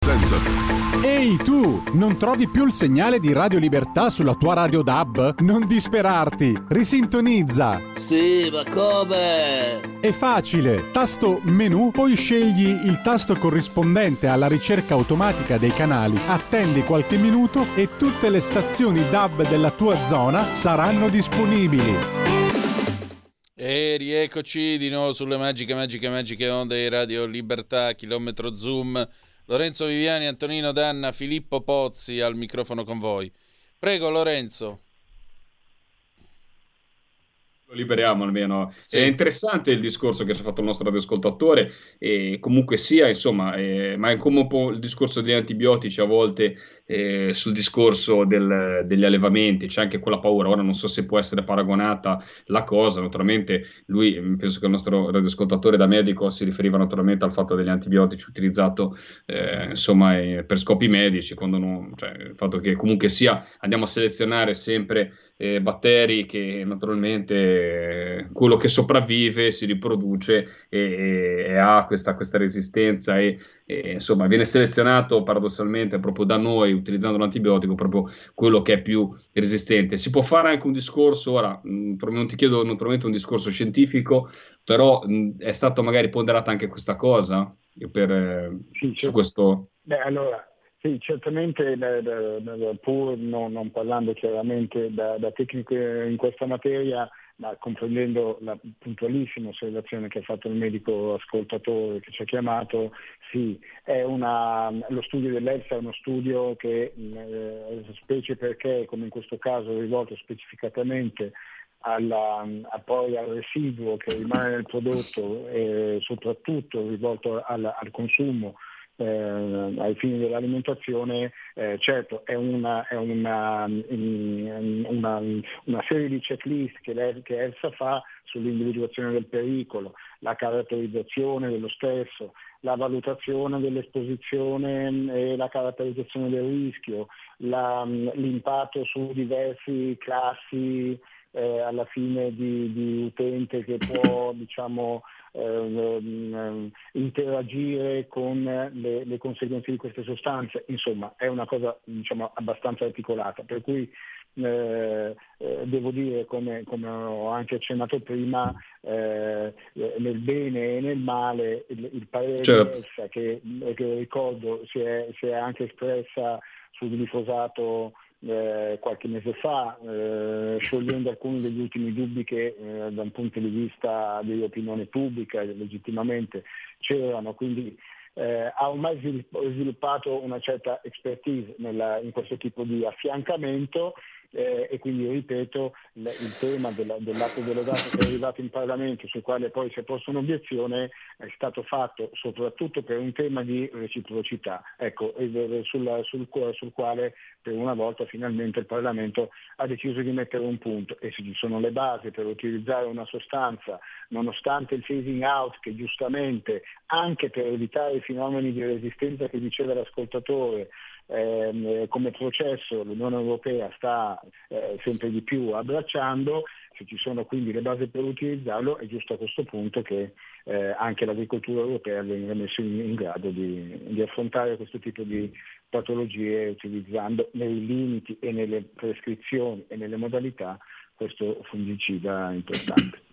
Ehi tu, non trovi più il segnale di Radio Libertà sulla tua radio DAB? Non disperarti, risintonizza! Sì, ma come? È facile, tasto menu, poi scegli il tasto corrispondente alla ricerca automatica dei canali, attendi qualche minuto e tutte le stazioni DAB della tua zona saranno disponibili. E rieccoci di nuovo sulle magiche onde di Radio Libertà, chilometro Zoom. Lorenzo Viviani, Antonino Danna, Filippo Pozzi al microfono con voi. Prego Lorenzo. Lo liberiamo almeno. Sì. È interessante il discorso che ci ha fatto il nostro radioascoltatore, e comunque sia, insomma, ma è come un po' il discorso degli antibiotici a volte, sul discorso degli allevamenti, c'è anche quella paura. Ora non so se può essere paragonata la cosa, naturalmente lui, penso che il nostro radioascoltatore da medico si riferiva naturalmente al fatto degli antibiotici utilizzato insomma per scopi medici, quando non, cioè, il fatto che comunque sia andiamo a selezionare sempre batteri che naturalmente quello che sopravvive si riproduce e ha questa resistenza e insomma viene selezionato paradossalmente proprio da noi, utilizzando l'antibiotico, proprio quello che è più resistente. Si può fare anche un discorso, ora non ti chiedo naturalmente un discorso scientifico, però è stato magari ponderata anche questa cosa Sì, su questo? Allora, sì, certamente, pur non parlando chiaramente da tecnico in questa materia, ma comprendendo la puntualissima osservazione che ha fatto il medico ascoltatore che ci ha chiamato, sì, lo studio dell'EFSA è uno studio che, specie perché, come in questo caso, è rivolto specificatamente poi al residuo che rimane nel prodotto, e soprattutto rivolto al consumo ai fini dell'alimentazione, certo è una serie di checklist che EFSA fa sull'individuazione del pericolo, la caratterizzazione dello stesso, la valutazione dell'esposizione e la caratterizzazione del rischio, l'impatto su diversi classi alla fine di utente che può, diciamo, interagire con le conseguenze di queste sostanze. Insomma, è una cosa, diciamo, abbastanza articolata, per cui devo dire, come ho anche accennato prima, nel bene e nel male il parere Certo. di EFSA, che ricordo si è anche espressa sul glifosato qualche mese fa, sciogliendo alcuni degli ultimi dubbi che da un punto di vista dell'opinione pubblica legittimamente c'erano, quindi ha ormai sviluppato una certa expertise in questo tipo di affiancamento, e quindi, ripeto, il tema dell'atto delegato che è arrivato in Parlamento, sul quale poi si è posto un'obiezione, è stato fatto soprattutto per un tema di reciprocità, ecco, sul quale per una volta finalmente il Parlamento ha deciso di mettere un punto, e se ci sono le basi per utilizzare una sostanza, nonostante il phasing out, che giustamente, anche per evitare i fenomeni di resistenza che diceva l'ascoltatore, come processo l'Unione Europea sta sempre di più abbracciando, se ci sono quindi le basi per utilizzarlo, è giusto a questo punto che anche l'agricoltura europea venga messa in grado di affrontare questo tipo di patologie, utilizzando nei limiti e nelle prescrizioni e nelle modalità questo fungicida importante.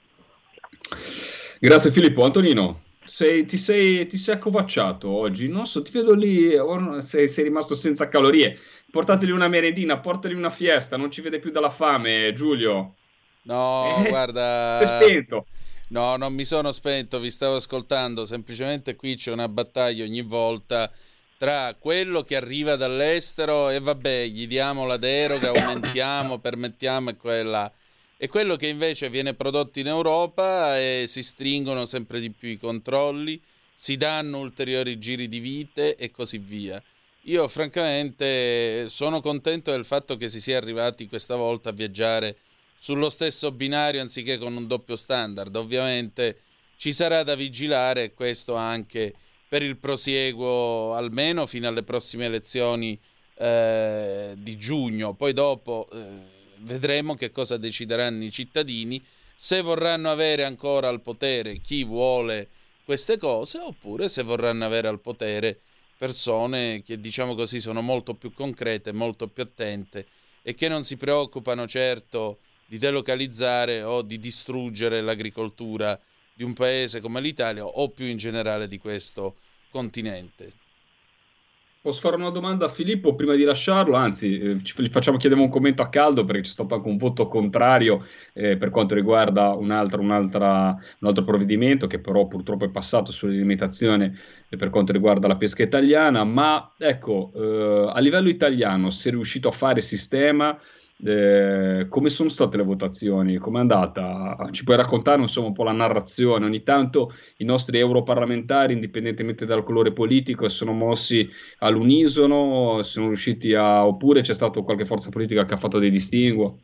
Grazie Filippo. Antonino, ti sei accovacciato oggi, non so, ti vedo lì, sei rimasto senza calorie. Portateli una merendina, portali una fiesta, non ci vede più dalla fame, Giulio. No, guarda, sei spento. No, non mi sono spento, vi stavo ascoltando, semplicemente qui c'è una battaglia ogni volta tra quello che arriva dall'estero e vabbè, gli diamo la deroga, aumentiamo, permettiamo e quella, e quello che invece viene prodotto in Europa, e si stringono sempre di più i controlli, si danno ulteriori giri di vite e così via. Io francamente sono contento del fatto che si sia arrivati questa volta a viaggiare sullo stesso binario anziché con un doppio standard. Ovviamente ci sarà da vigilare, questo anche per il prosieguo, almeno fino alle prossime elezioni di giugno. Poi dopo vedremo che cosa decideranno i cittadini, se vorranno avere ancora al potere chi vuole queste cose, oppure se vorranno avere al potere persone che, diciamo così, sono molto più concrete, molto più attente e che non si preoccupano certo di delocalizzare o di distruggere l'agricoltura di un paese come l'Italia o più in generale di questo continente. Posso fare una domanda a Filippo prima di lasciarlo? Anzi, chiediamo un commento a caldo perché c'è stato anche un voto contrario per quanto riguarda un altro provvedimento che però purtroppo è passato sulla limitazione per quanto riguarda la pesca italiana. Ma ecco, a livello italiano si è riuscito a fare sistema? Come sono state le votazioni? Com'è andata? Ci puoi raccontare insomma un po' la narrazione? Ogni tanto i nostri europarlamentari, indipendentemente dal colore politico, sono mossi all'unisono, sono riusciti oppure c'è stata qualche forza politica che ha fatto dei distinguo?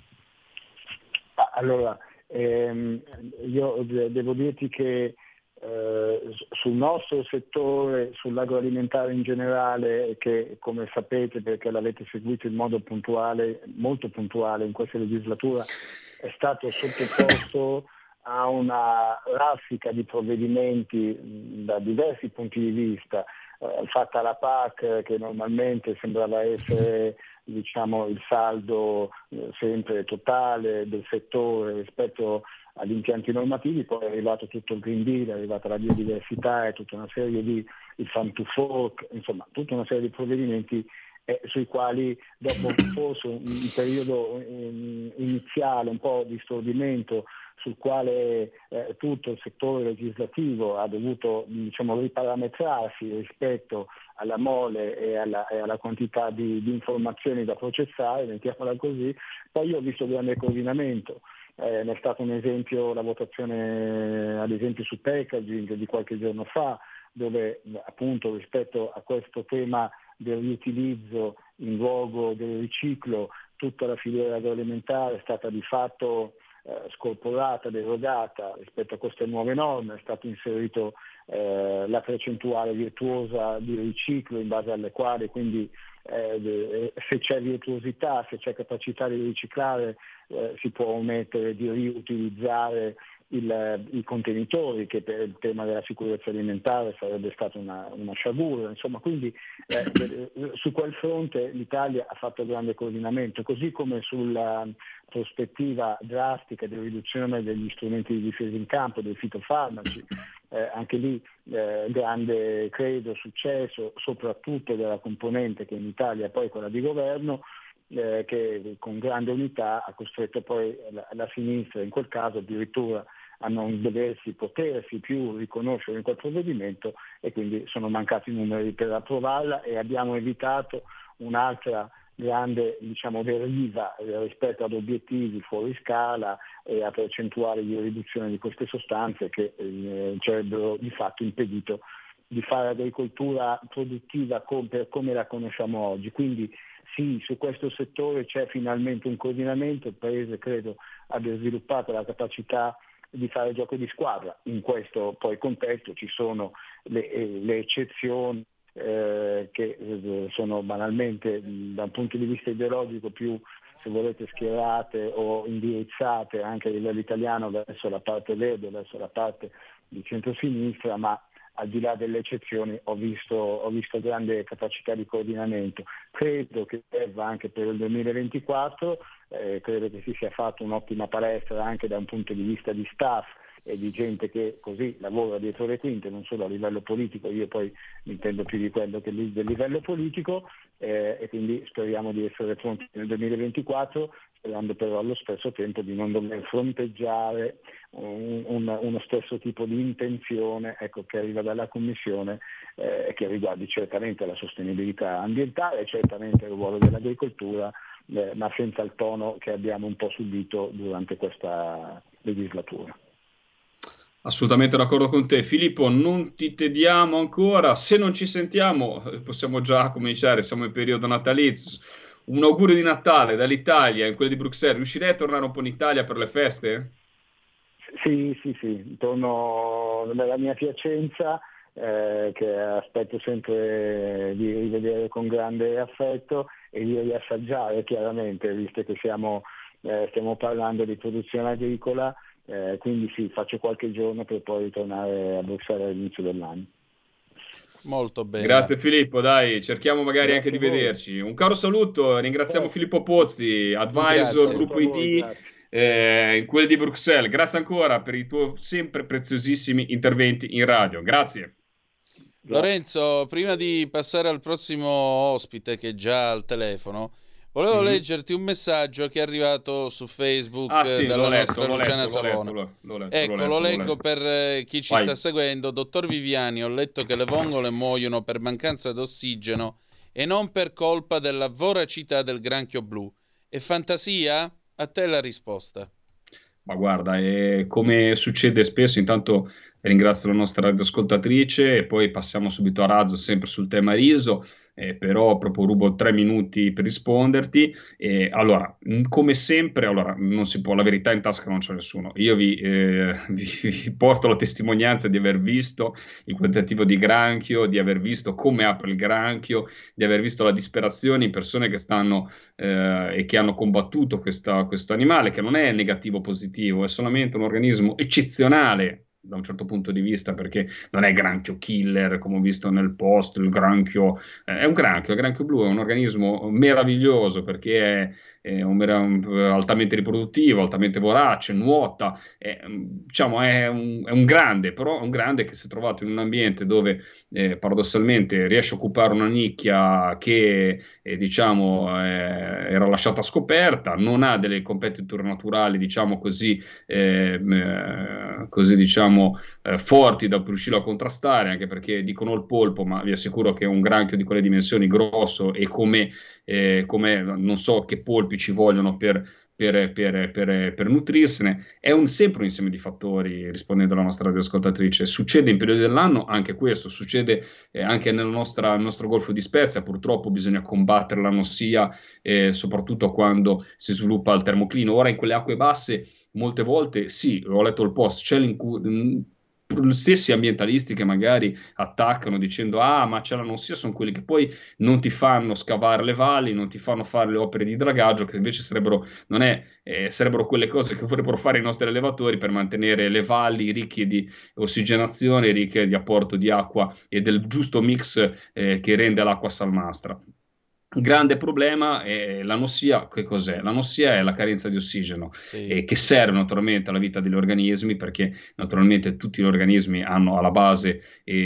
Allora, io devo dirti che sul nostro settore, sull'agroalimentare in generale, che come sapete perché l'avete seguito in modo puntuale, molto puntuale in questa legislatura, è stato sottoposto a una raffica di provvedimenti da diversi punti di vista, fatta la PAC che normalmente sembrava essere diciamo, il saldo sempre totale del settore rispetto agli impianti normativi, poi è arrivato tutto il Green Deal, è arrivata la biodiversità e tutta una serie di il Farm to Fork, insomma tutta una serie di provvedimenti sui quali dopo forse un periodo iniziale, un po' di stordimento, sul quale tutto il settore legislativo ha dovuto diciamo, riparametrarsi rispetto alla mole e alla quantità di informazioni da processare, mettiamola così. Poi io ho visto grande coordinamento. Ne è stato un esempio la votazione ad esempio su packaging di qualche giorno fa, dove appunto rispetto a questo tema del riutilizzo in luogo del riciclo tutta la filiera agroalimentare è stata di fatto scorporata, derogata rispetto a queste nuove norme, è stato inserito la percentuale virtuosa di riciclo in base alle quali quindi se c'è virtuosità, se c'è capacità di riciclare si può omettere di riutilizzare i contenitori, che per il tema della sicurezza alimentare sarebbe stata una sciagura. Insomma, quindi su quel fronte l'Italia ha fatto grande coordinamento, così come sulla prospettiva drastica di riduzione degli strumenti di difesa in campo, dei fitofarmaci. Anche lì grande credo successo soprattutto della componente che in Italia è poi quella di governo, che con grande unità ha costretto poi la sinistra in quel caso addirittura a non potersi più riconoscere in quel provvedimento, e quindi sono mancati i numeri per approvarla e abbiamo evitato un'altra grande diciamo, deriva rispetto ad obiettivi fuori scala e a percentuali di riduzione di queste sostanze che ci avrebbero di fatto impedito di fare agricoltura produttiva come la conosciamo oggi. Quindi sì, su questo settore c'è finalmente un coordinamento, il Paese credo abbia sviluppato la capacità di fare gioco di squadra. In questo poi contesto ci sono le eccezioni che sono banalmente da un punto di vista ideologico più, se volete, schierate o indirizzate anche a livello italiano verso la parte verde, verso la parte di centrosinistra, ma al di là delle eccezioni ho visto grande capacità di coordinamento. Credo che serva anche per il 2024, credo che si sia fatto un'ottima palestra anche da un punto di vista di staff e di gente che così lavora dietro le quinte, non solo a livello politico, io poi mi intendo più di quello che del livello politico, e quindi speriamo di essere pronti nel 2024, sperando però allo stesso tempo di non dover fronteggiare uno stesso tipo di intenzione che arriva dalla Commissione e che riguardi certamente la sostenibilità ambientale, certamente il ruolo dell'agricoltura, ma senza il tono che abbiamo un po' subito durante questa legislatura. Assolutamente d'accordo con te. Filippo, non ti tediamo ancora. Se non ci sentiamo, possiamo già cominciare, siamo in periodo natalizio. Un augurio di Natale dall'Italia, in quello di Bruxelles. Riuscirei a tornare un po' in Italia per le feste? Sì, torno nella mia Piacenza, che aspetto sempre di rivedere con grande affetto e di riassaggiare chiaramente, visto che stiamo parlando di produzione agricola, quindi sì, faccio qualche giorno per poi ritornare a Bruxelles all'inizio dell'anno. Molto bene. Grazie Filippo, dai, cerchiamo magari anche di vederci. Un caro saluto, ringraziamo Filippo Pozzi, advisor Grazie. gruppo ID, in quel di Bruxelles. Grazie ancora per i tuoi sempre preziosissimi interventi in radio. Grazie. Lorenzo, prima di passare al prossimo ospite che è già al telefono, volevo leggerti un messaggio che è arrivato su Facebook dalla nostra Luciana Savona. Lo leggo per chi ci sta seguendo. Dottor Viviani, ho letto che le vongole muoiono per mancanza d'ossigeno e non per colpa della voracità del granchio blu. È fantasia? A te la risposta. Ma guarda, come succede spesso, intanto ringrazio la nostra radioascoltatrice e poi passiamo subito a razzo sempre sul tema riso, però proprio rubo 3 minuti per risponderti. Allora, come sempre, allora, non si può, la verità in tasca non c'è nessuno. Io vi porto la testimonianza di aver visto il quantitativo di granchio, di aver visto come apre il granchio, di aver visto la disperazione in persone che stanno e che hanno combattuto questo animale, che non è negativo o positivo, è solamente un organismo eccezionale da un certo punto di vista, perché non è granchio killer come ho visto nel post, il granchio è un granchio, il granchio blu è un organismo meraviglioso perché è altamente riproduttivo, altamente vorace, nuota, diciamo è un grande, però è un grande che si è trovato in un ambiente dove paradossalmente riesce a occupare una nicchia che diciamo era lasciata scoperta, non ha delle competitor naturali diciamo così diciamo forti da riuscire a contrastare, anche perché dicono il polpo, ma vi assicuro che un granchio di quelle dimensioni grosso e come non so che polpi ci vogliono per nutrirsene, è sempre un insieme di fattori, rispondendo alla nostra radioascoltatrice. Succede in periodi dell'anno anche questo, succede anche nel nostro Golfo di Spezia, purtroppo bisogna combattere l'anossia, soprattutto quando si sviluppa il termoclino. Ora in quelle acque basse molte volte, sì, ho letto il post, c'è gli stessi ambientalisti che magari attaccano dicendo ma c'è l'anossia, sono quelli che poi non ti fanno scavare le valli, non ti fanno fare le opere di dragaggio, che invece sarebbero quelle cose che vorrebbero fare i nostri allevatori per mantenere le valli ricche di ossigenazione, ricche di apporto di acqua e del giusto mix che rende l'acqua salmastra. Grande problema è l'anossia. Che cos'è? L'anossia è la carenza di ossigeno, che serve naturalmente alla vita degli organismi, perché naturalmente tutti gli organismi hanno alla base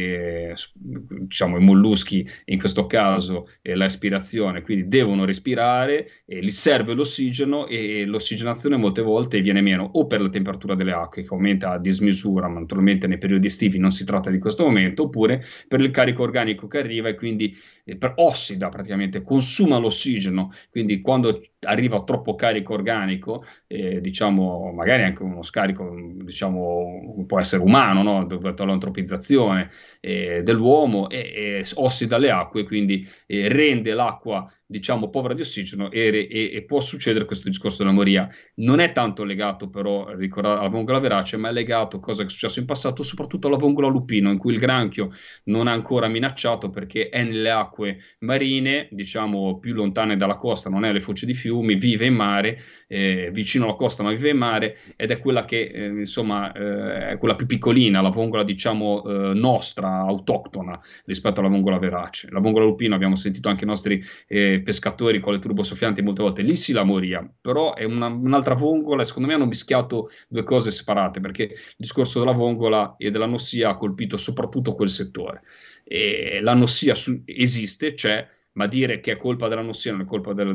diciamo i molluschi in questo caso l'aspirazione, quindi devono respirare, gli serve l'ossigeno e l'ossigenazione molte volte viene meno o per la temperatura delle acque che aumenta a dismisura, ma naturalmente nei periodi estivi non si tratta di questo momento, oppure per il carico organico che arriva e quindi ossida praticamente, consuma l'ossigeno, quindi quando arriva troppo carico organico, diciamo magari anche uno scarico diciamo può essere umano, no? Dovuto all'antropizzazione dell'uomo, ossida le acque, quindi rende l'acqua diciamo povera di ossigeno e può succedere questo discorso della moria. Non è tanto legato però alla vongola verace, ma è legato a cosa che è successo in passato, soprattutto alla vongola lupino, in cui il granchio non ha ancora minacciato perché è nelle acque marine, diciamo più lontane dalla costa, non è alle foci di fiumi, vive in mare, vicino alla costa ma vive in mare, ed è quella che insomma è quella più piccolina, la vongola diciamo nostra, autoctona rispetto alla vongola verace. La vongola lupino, abbiamo sentito anche i nostri pescatori con le turbosoffianti molte volte, lì si la moria, però è un'altra vongola e secondo me hanno mischiato due cose separate, perché il discorso della vongola e dell'anossia ha colpito soprattutto quel settore. L'anossia esiste, c'è, ma dire che è colpa dell'anossia non è colpa del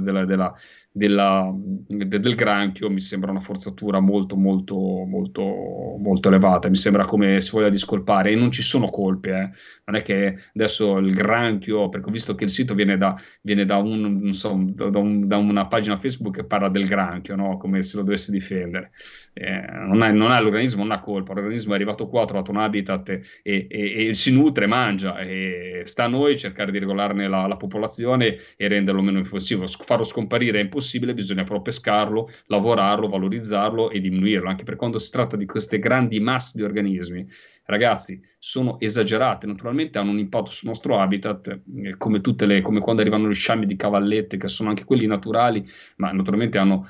granchio mi sembra una forzatura molto elevata. Mi sembra come si voglia discolpare, e non ci sono colpe, non è che adesso il granchio, perché ho visto che il sito viene da una pagina Facebook che parla del granchio, no? Come se lo dovesse difendere. Non ha l'organismo, non ha colpa, l'organismo è arrivato qua, ha trovato un habitat e si nutre, mangia, e sta a noi cercare di regolarne la popolazione e renderlo meno offensivo. Farlo scomparire è impossibile, bisogna però pescarlo, lavorarlo, valorizzarlo e diminuirlo, anche per quando si tratta di queste grandi masse di organismi. ragazzi, sono esagerate, naturalmente hanno un impatto sul nostro habitat, come quando arrivano gli sciami di cavallette, che sono anche quelli naturali, ma naturalmente hanno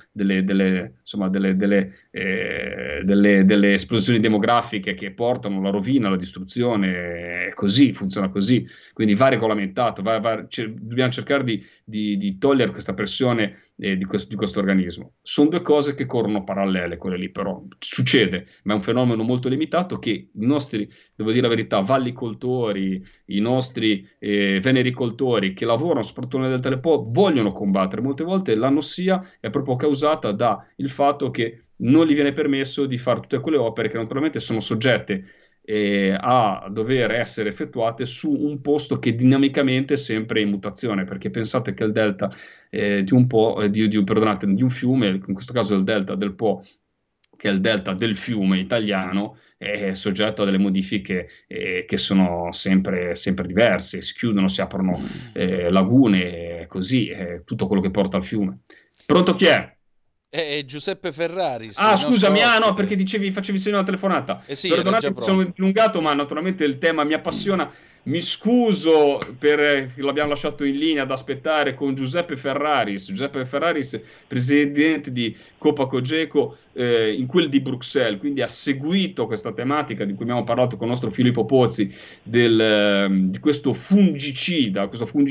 delle esplosioni demografiche che portano alla rovina, alla distruzione, così, funziona così, quindi va regolamentato, dobbiamo cercare di togliere questa pressione di questo organismo. Sono due cose che corrono parallele, quelle lì, però succede, ma è un fenomeno molto limitato che i nostri, devo dire la verità, vallicoltori, i nostri venericoltori che lavorano soprattutto nel Delta del Po vogliono combattere. Molte volte l'annossia è proprio causata dal fatto che non gli viene permesso di fare tutte quelle opere che naturalmente sono soggette a dover essere effettuate su un posto che dinamicamente è sempre in mutazione, perché pensate che il delta di un fiume, in questo caso il delta del Po, che è il delta del fiume italiano, è soggetto a delle modifiche che sono sempre diverse, si chiudono, si aprono lagune, così, tutto quello che porta al fiume. Pronto, chi è? È Giuseppe Ferraris, Ah, il nostro scusami, no, ospite. perché facevi segno alla telefonata. Sì, era Perdonate, già mi sono pronto. dilungato, ma naturalmente il tema mi appassiona. Mi scuso per l'abbiamo lasciato in linea ad aspettare con Giuseppe Ferraris. Giuseppe Ferraris, presidente di Copa Cogeco, in quel di Bruxelles, quindi ha seguito questa tematica di cui abbiamo parlato con il nostro Filippo Pozzi, di questo fungicida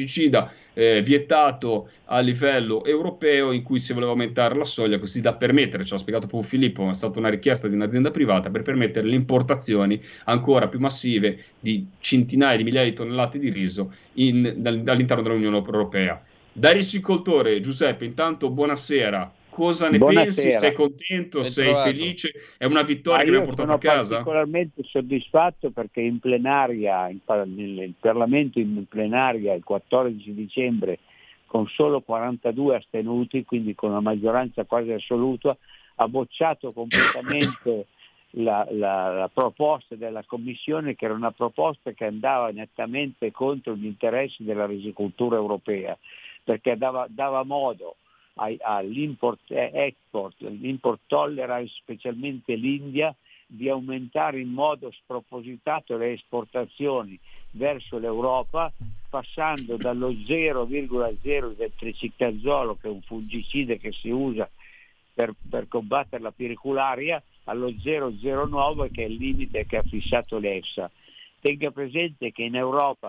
vietato a livello europeo, in cui si voleva aumentare la soglia così da permettere, ce l'ha spiegato proprio Filippo, è stata una richiesta di un'azienda privata per permettere le importazioni ancora più massive di centinaia di migliaia di tonnellate di riso all'interno dell'Unione Europea. Da risicoltore, Giuseppe, intanto buonasera. Cosa ne pensi? Buonasera. Sei contento? Ben Sei trovato. felice? È una vittoria che abbiamo portato a casa? Sono particolarmente soddisfatto perché in plenaria, il Parlamento in plenaria il 14 dicembre, con solo 42 astenuti, quindi con una maggioranza quasi assoluta, ha bocciato completamente la proposta della Commissione, che era una proposta che andava nettamente contro gli interessi della risicoltura europea, perché dava modo all'import-export, l'import tolerance, specialmente l'India, di aumentare in modo spropositato le esportazioni verso l'Europa, passando dallo 0,0 del triciclazolo, che è un fungicide che si usa per combattere la piricularia, allo 0,09, che è il limite che ha fissato l'EFSA. Tenga presente che in Europa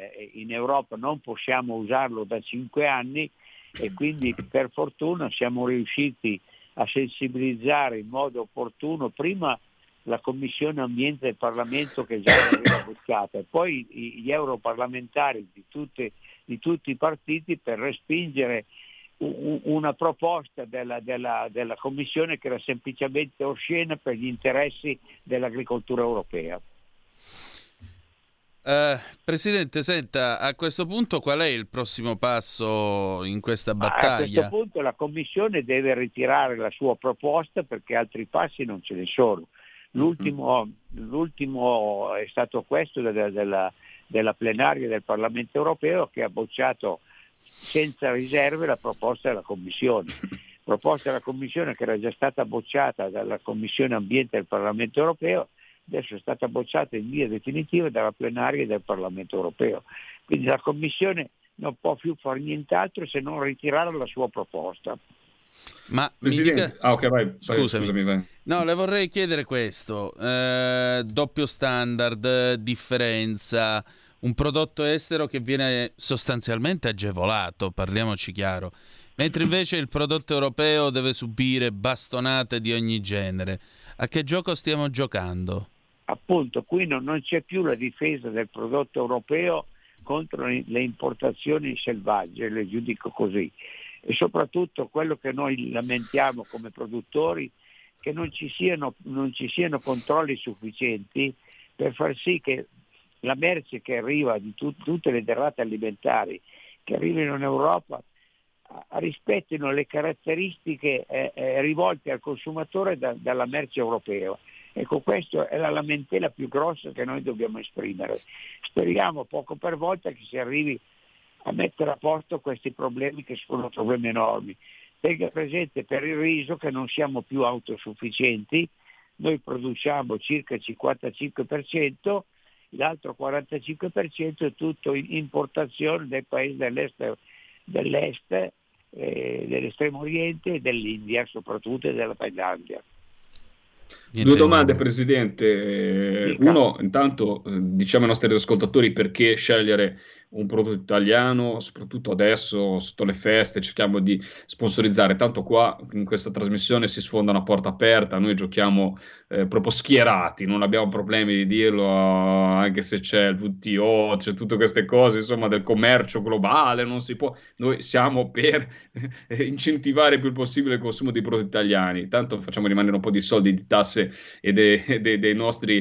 non possiamo usarlo da 5 anni, e quindi per fortuna siamo riusciti a sensibilizzare in modo opportuno prima la Commissione Ambiente del Parlamento, che già l'aveva bocciata, e poi gli europarlamentari di tutti i partiti, per respingere una proposta della Commissione che era semplicemente oscena per gli interessi dell'agricoltura europea. Presidente, senta, a questo punto qual è il prossimo passo in questa battaglia? A questo punto la Commissione deve ritirare la sua proposta, perché altri passi non ce ne sono. L'ultimo è stato questo della plenaria del Parlamento europeo, che ha bocciato senza riserve la proposta della Commissione. Proposta della Commissione che era già stata bocciata dalla Commissione Ambiente del Parlamento europeo, adesso è stata bocciata in via definitiva dalla plenaria del Parlamento europeo. Quindi la Commissione non può più fare nient'altro se non ritirare la sua proposta. Ma Presidente, mi dica... ok, vai. Scusami, vai. No, le vorrei chiedere questo. Doppio standard, differenza, un prodotto estero che viene sostanzialmente agevolato, parliamoci chiaro, mentre invece il prodotto europeo deve subire bastonate di ogni genere. A che gioco stiamo giocando? Appunto, qui non c'è più la difesa del prodotto europeo contro le importazioni selvagge, le giudico così, e soprattutto quello che noi lamentiamo come produttori, che non ci siano controlli sufficienti per far sì che la merce che arriva di tutte le derrate alimentari che arrivano in Europa rispettino le caratteristiche rivolte al consumatore dalla merce europea. Ecco, questa è la lamentela più grossa che noi dobbiamo esprimere. Speriamo poco per volta che si arrivi a mettere a posto questi problemi, che sono problemi enormi. Tenga presente per il riso che non siamo più autosufficienti, noi produciamo circa il 55%, l'altro 45% è tutto importazione dai paesi dell'est, dell'estremo oriente e dell'India soprattutto, e della Thailandia. Due domande, Presidente. Uno, intanto, diciamo ai nostri ascoltatori perché scegliere un prodotto italiano, soprattutto adesso, sotto le feste, cerchiamo di sponsorizzare. Tanto qua, in questa trasmissione, si sfonda una porta aperta, noi giochiamo proprio schierati, non abbiamo problemi di dirlo, anche se c'è il WTO, c'è tutte queste cose, insomma, del commercio globale, non si può. Noi siamo per incentivare il più possibile il consumo di prodotti italiani, tanto facciamo rimanere un po' di soldi di tasse e dei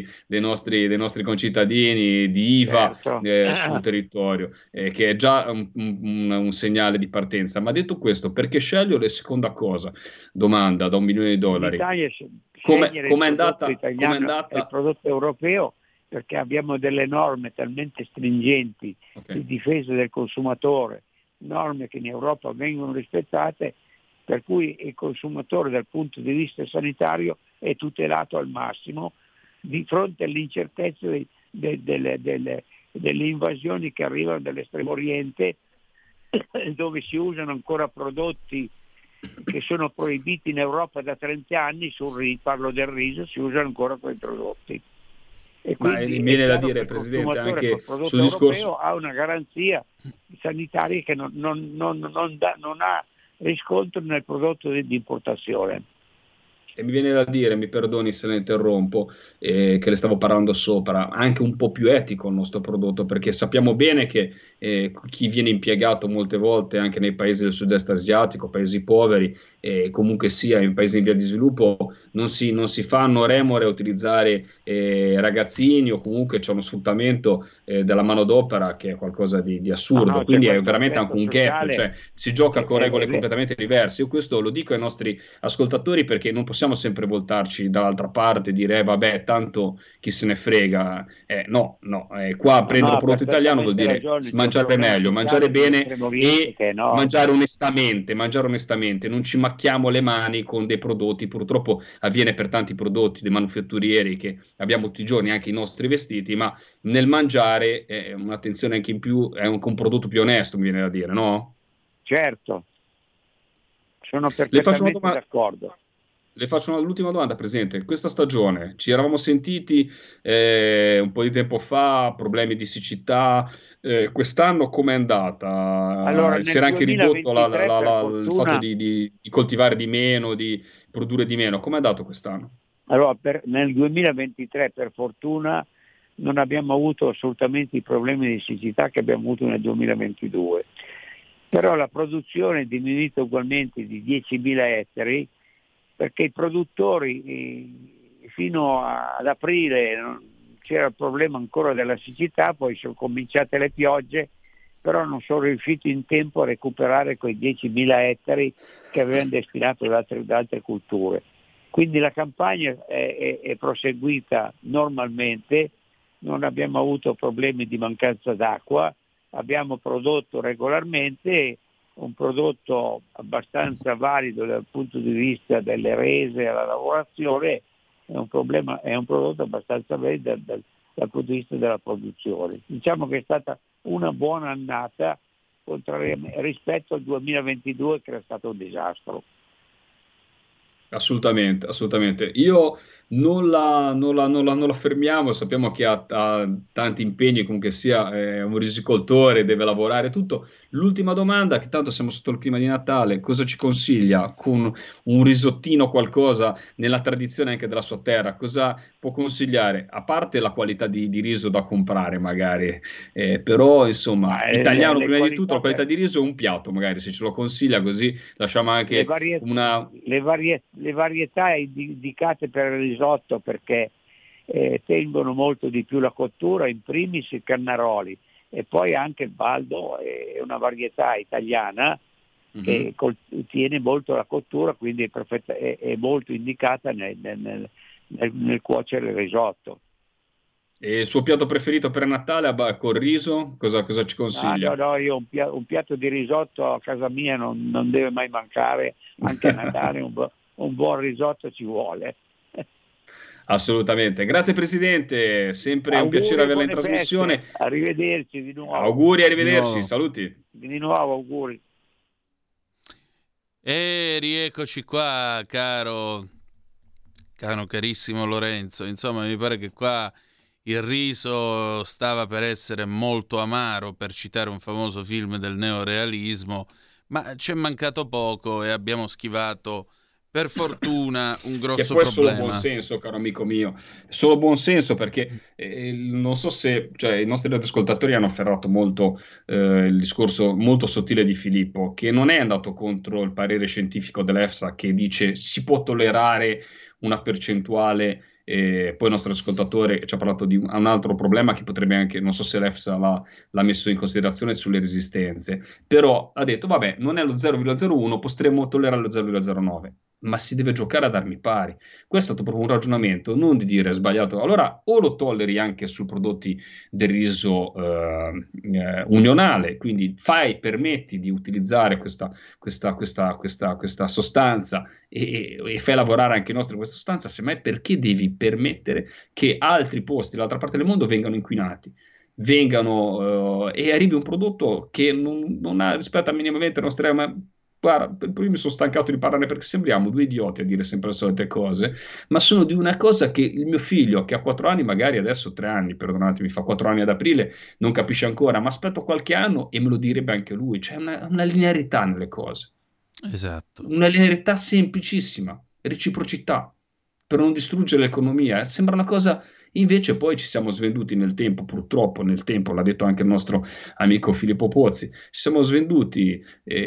nostri concittadini, di IVA, Certo. sul territorio, che è già un segnale di partenza. Ma detto questo, perché scegliere? Seconda cosa, domanda da $1 milione. L'Italia Come scegliere è il andata? prodotto italiano e il prodotto europeo perché abbiamo delle norme talmente stringenti di difesa del consumatore, norme che in Europa vengono rispettate, per cui il consumatore dal punto di vista sanitario è tutelato al massimo di fronte all'incertezza delle invasioni che arrivano dall'estremo oriente, dove si usano ancora prodotti che sono proibiti in Europa da 30 anni, parlo del riso, si usano ancora quei prodotti. E ma quindi mi viene da dire, il Presidente, consumatore anche col sul prodotto discorso europeo ha una garanzia sanitaria che non ha riscontro nel prodotto di importazione. E mi viene da dire, mi perdoni se la interrompo, che le stavo parlando sopra, anche un po' più etico il nostro prodotto, perché sappiamo bene che chi viene impiegato molte volte anche nei paesi del sud-est asiatico, paesi poveri, comunque sia in paesi in via di sviluppo, non si fanno remore a utilizzare ragazzini, o comunque c'è uno sfruttamento della manodopera che è qualcosa di assurdo, No, quindi c'è è questo veramente anche un aspetto gap, sociale cioè si gioca con regole è completamente diverse. Io questo lo dico ai nostri ascoltatori perché non possiamo sempre voltarci dall'altra parte e dire vabbè, tanto chi se ne frega. No, qua prendere ha prodotto italiano vuol perfettamente dire ragione, c'è un mangiare problema meglio, mangiare sociale bene nell'Estremo Oriente e che è enorme. mangiare onestamente, non ci macchiamo le mani con dei prodotti, purtroppo avviene per tanti prodotti dei manufatturieri che abbiamo tutti i giorni, anche i nostri vestiti, ma nel mangiare un'attenzione anche in più, è un prodotto più onesto, mi viene da dire, no? Certo, sono Le faccio una perfettamente domanda. d'accordo. Le faccio l'ultima domanda, Presidente. Questa stagione ci eravamo sentiti un po' di tempo fa, problemi di siccità. Quest'anno com'è Allora, andata? Si nel era anche ridotto 2023 per il fatto fortuna, di coltivare di meno, di produrre di meno. Com'è andato quest'anno? allora, nel 2023 per fortuna non abbiamo avuto assolutamente i problemi di siccità che abbiamo avuto nel 2022, però la produzione è diminuita ugualmente di 10.000 ettari perché i produttori fino ad aprile c'era il problema ancora della siccità, poi sono cominciate le piogge, però non sono riusciti in tempo a recuperare quei 10.000 ettari che avevano destinato ad altre culture. Quindi la campagna è proseguita normalmente, non abbiamo avuto problemi di mancanza d'acqua, abbiamo prodotto regolarmente un prodotto abbastanza valido dal punto di vista delle rese alla lavorazione, è un prodotto abbastanza valido dal punto di vista della produzione. Diciamo che è stata una buona annata rispetto al 2022 che era stato un disastro. Assolutamente, assolutamente. Io non la fermiamo, sappiamo che ha tanti impegni, comunque sia un risicoltore, deve lavorare tutto. L'ultima domanda, che tanto siamo sotto il clima di Natale, cosa ci consiglia con un risottino, qualcosa nella tradizione anche della sua terra? Cosa può consigliare? A parte la qualità di riso da comprare magari, però insomma, italiano prima di tutto, la qualità di riso è un piatto, magari se ce lo consiglia così lasciamo anche una... Le varietà indicate per il risotto perché tengono molto di più la cottura, in primis i cannaroli e poi anche il baldo è una varietà italiana che tiene molto la cottura, quindi è molto indicata nel cuocere il risotto. E il suo piatto preferito per Natale col riso? Cosa ci consiglia? No, io un piatto di risotto a casa mia non deve mai mancare, anche a Natale un buon risotto ci vuole. Assolutamente. Grazie Presidente, sempre un piacere Auguri e averla in buone feste. trasmissione. Arrivederci di nuovo. Auguri, Di arrivederci, nuovo. saluti. Di nuovo auguri. E rieccoci qua, caro carissimo Lorenzo. Insomma, mi pare che qua il riso stava per essere molto amaro, per citare un famoso film del neorealismo, ma ci è mancato poco e abbiamo schivato, per fortuna, un Che grosso poi è solo problema. buon senso, caro amico mio, è solo buon senso perché non so se cioè, i nostri ascoltatori hanno afferrato molto il discorso molto sottile di Filippo, che non è andato contro il parere scientifico dell'EFSA che dice si può tollerare una percentuale. E poi il nostro ascoltatore ci ha parlato di un altro problema che potrebbe anche, non so se l'EFSA l'ha messo in considerazione sulle resistenze, però ha detto vabbè, non è lo 0,01, potremmo tollerare lo 0,09, ma si deve giocare ad armi pari. Questo è stato proprio un ragionamento, non di dire sbagliato. Allora, o lo tolleri anche su prodotti del riso unionale, quindi permetti di utilizzare questa sostanza e fai lavorare anche i nostri questa sostanza, semmai perché devi permettere che altri posti dall'altra parte del mondo vengano inquinati? E arrivi un prodotto che non ha rispetta minimamente le nostre. Ma guarda, poi mi sono stancato di parlare perché sembriamo due idioti a dire sempre le solite cose, ma sono di una cosa che il mio figlio, che ha 4 anni, magari adesso 3 anni, perdonatemi, fa 4 anni ad aprile, non capisce ancora, ma aspetto qualche anno e me lo direbbe anche lui. C'è una linearità nelle cose, Esatto. una linearità semplicissima, reciprocità, per non distruggere l'economia. Sembra una cosa. Invece poi ci siamo svenduti nel tempo, purtroppo nel tempo, l'ha detto anche il nostro amico Filippo Pozzi, ci siamo svenduti,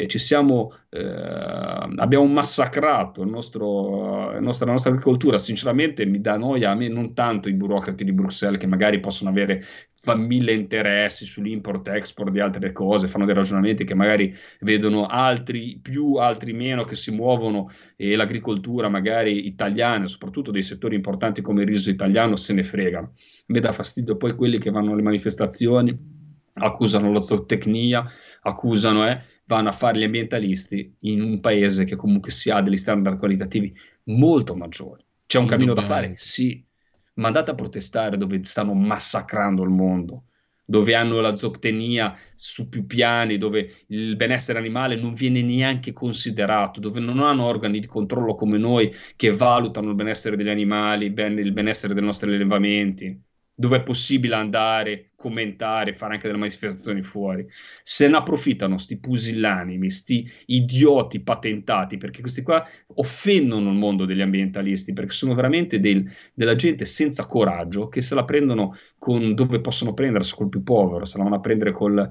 abbiamo massacrato la nostra agricoltura. Sinceramente mi dà noia a me, non tanto i burocrati di Bruxelles che magari possono avere mille interessi sull'import-export di altre cose, fanno dei ragionamenti che magari vedono altri più, altri meno, che si muovono e l'agricoltura magari italiana, soprattutto dei settori importanti come il riso italiano, se ne fregano. Mi dà fastidio poi quelli che vanno alle manifestazioni, accusano la zootecnia, vanno a fare gli ambientalisti in un paese che comunque si ha degli standard qualitativi molto maggiori. C'è un cammino da fare? Indubbiamente. Sì, ma andate a protestare dove stanno massacrando il mondo, dove hanno la zootecnia su più piani, dove il benessere animale non viene neanche considerato, dove non hanno organi di controllo come noi che valutano il benessere degli animali, il benessere dei nostri allevamenti, dove è possibile andare, commentare, fare anche delle manifestazioni fuori. Se ne approfittano sti pusillanimi, sti idioti patentati, perché questi qua offendono il mondo degli ambientalisti, perché sono veramente della gente senza coraggio che se la prendono con dove possono prendersi col più povero, se la vanno a prendere col,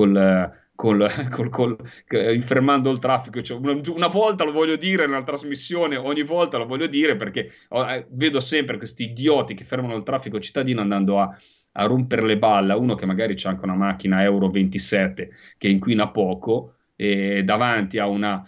fermando il traffico. Cioè, una volta lo voglio dire nella trasmissione, ogni volta lo voglio dire perché vedo sempre questi idioti che fermano il traffico cittadino andando a rompere le balle a uno che magari c'ha anche una macchina Euro 27 che inquina poco davanti a una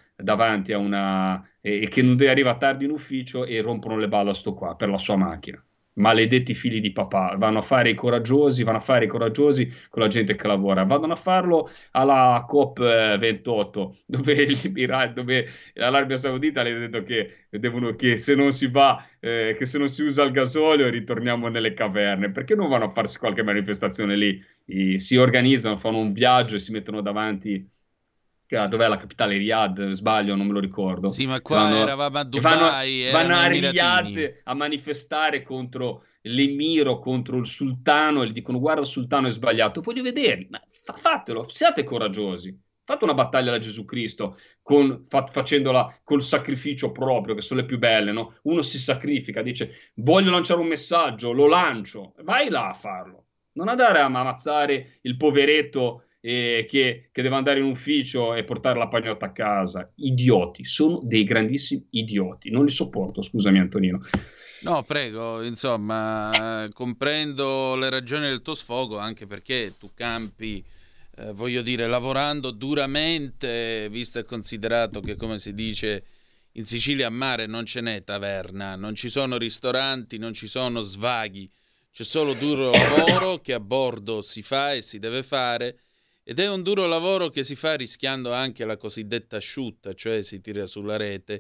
e che non deve arrivare tardi in ufficio e rompono le balle a sto qua per la sua macchina. Maledetti figli di papà, vanno a fare i coraggiosi con la gente che lavora, vanno a farlo alla COP28 dove l'Arabia Saudita le ha detto che se non si va, che se non si usa il gasolio ritorniamo nelle caverne. Perché non vanno a farsi qualche manifestazione lì? Si organizzano, fanno un viaggio e si mettono davanti. Dov'è la capitale? Riyadh, sbaglio, non me lo ricordo. Sì, ma qua eravamo a E vanno, Dubai, vanno erano a Emiratini. Riyadh a manifestare contro l'emiro, contro il sultano, e gli dicono guarda il sultano è sbagliato. Voglio vederli, ma fatelo, siate coraggiosi. Fate una battaglia da Gesù Cristo facendola col sacrificio proprio, che sono le più belle, no? Uno si sacrifica, dice voglio lanciare un messaggio, lo lancio, vai là a farlo. Non andare a ammazzare il poveretto che deve andare in ufficio e portare la pagnotta a casa. Idioti, sono dei grandissimi idioti. Non li sopporto, scusami Antonino. No, prego, insomma, comprendo le ragioni del tuo sfogo, anche perché tu campi, voglio dire, lavorando duramente, visto e considerato che, come si dice in Sicilia, a mare non ce n'è taverna, non ci sono ristoranti, non ci sono svaghi, c'è solo duro lavoro che a bordo si fa e si deve fare. Ed è un duro lavoro che si fa rischiando anche la cosiddetta asciutta, cioè si tira sulla rete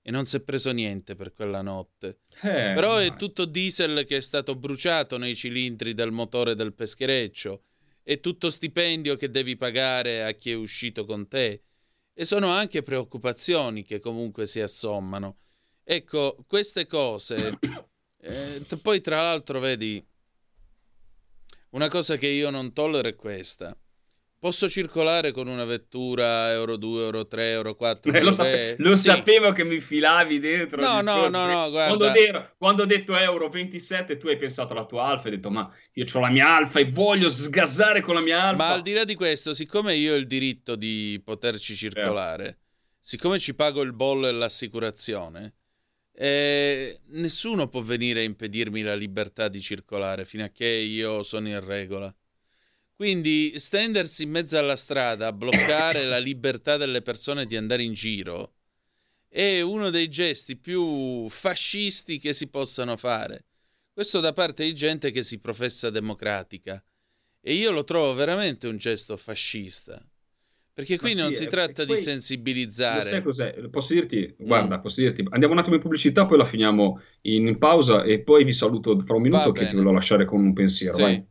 e non si è preso niente per quella notte. Però è tutto diesel che è stato bruciato nei cilindri del motore del peschereccio, è tutto stipendio che devi pagare a chi è uscito con te, e sono anche preoccupazioni che comunque si assommano. Ecco, queste cose... poi tra l'altro vedi, una cosa che io non tollero è questa: posso circolare con una vettura Euro 2, Euro 3, Euro 4? Lo sapevo che mi filavi dentro. No, guarda. Quando ho detto Euro 27, tu hai pensato alla tua Alfa e hai detto: ma io ho la mia Alfa e voglio sgasare con la mia Alfa. Ma al di là di questo, siccome io ho il diritto di poterci circolare, siccome ci pago il bollo e l'assicurazione, nessuno può venire a impedirmi la libertà di circolare fino a che io sono in regola. Quindi stendersi in mezzo alla strada a bloccare la libertà delle persone di andare in giro è uno dei gesti più fascisti che si possano fare. Questo da parte di gente che si professa democratica, e io lo trovo veramente un gesto fascista. Perché qui non si tratta di sensibilizzare. Sai cos'è? Posso dirti, andiamo un attimo in pubblicità, poi la finiamo in pausa e poi vi saluto fra un minuto che ti voglio lasciare con un pensiero. Sì. Vai.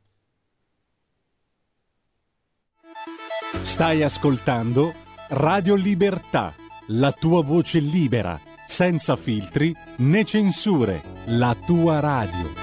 Stai ascoltando Radio Libertà, la tua voce libera, senza filtri né censure, la tua radio.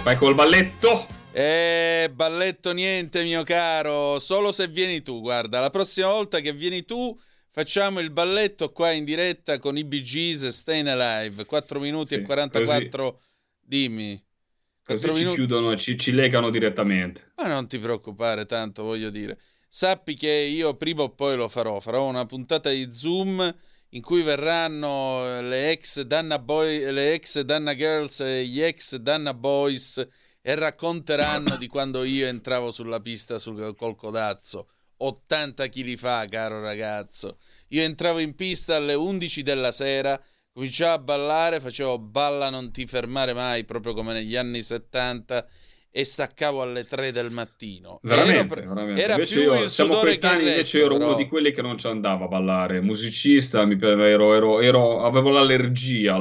Vai col balletto. Balletto niente, mio caro, solo se vieni tu. Guarda, la prossima volta che vieni tu facciamo il balletto qua in diretta con i Bee Gees, Stayin' Alive, 4 minuti e 44. Così, dimmi. Così ci chiudono, ci legano direttamente. Ma non ti preoccupare tanto, voglio dire. Sappi che io prima o poi lo farò una puntata di Zoom in cui verranno le ex Danna Girls e gli ex Danna Boys e racconteranno di quando io entravo sulla pista col codazzo 80 kg fa, caro ragazzo. Io entravo in pista alle 11 della sera, cominciavo a ballare, facevo Balla non ti fermare mai, proprio come negli anni 70, e staccavo alle 3 del mattino. Veramente. Era invece più il siamo sudore che il resto, invece ero uno di quelli che non ci andava a ballare. Musicista, avevo l'allergia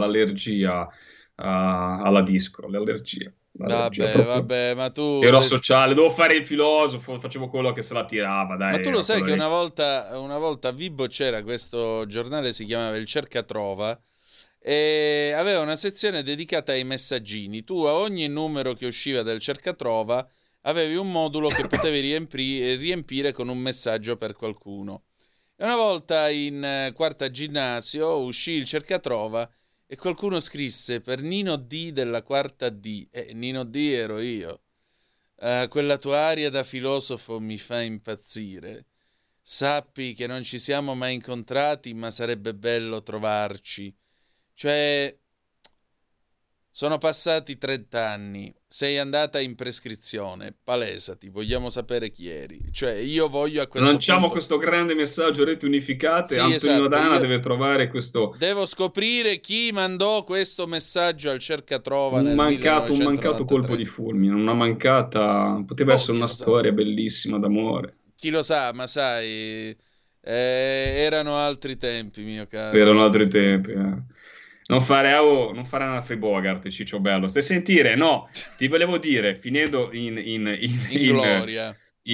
alla disco, Vabbè, ma tu ero sociale, dovevo fare il filosofo, facevo quello che se la tirava, dai. Ma tu lo sai che una volta a Vibo c'era questo giornale, si chiamava Il Cercatrova, e aveva una sezione dedicata ai messaggini. Tu a ogni numero che usciva del Cercatrova avevi un modulo che potevi riempire con un messaggio per qualcuno. E una volta in quarta ginnasio uscì il Cercatrova e qualcuno scrisse per Nino D della quarta D. Nino D ero io. Quella tua aria da filosofo mi fa impazzire. Sappi che non ci siamo mai incontrati, ma sarebbe bello trovarci. Cioè, sono passati 30 anni, sei andata in prescrizione, palesati, vogliamo sapere chi eri. Cioè, io voglio a questo lanciamo punto... questo grande messaggio, reti unificate, sì, Antonino esatto, Danna deve trovare questo... Devo scoprire chi mandò questo messaggio al Cercatrova un mancato colpo di fulmine, una mancata... Poteva essere una storia bellissima d'amore. Chi lo sa, ma sai, erano altri tempi, mio caro. Erano altri tempi, Non fare una Free Bogart, Ciccio Bello. Stai a sentire? No, ti volevo dire, finendo in gloria.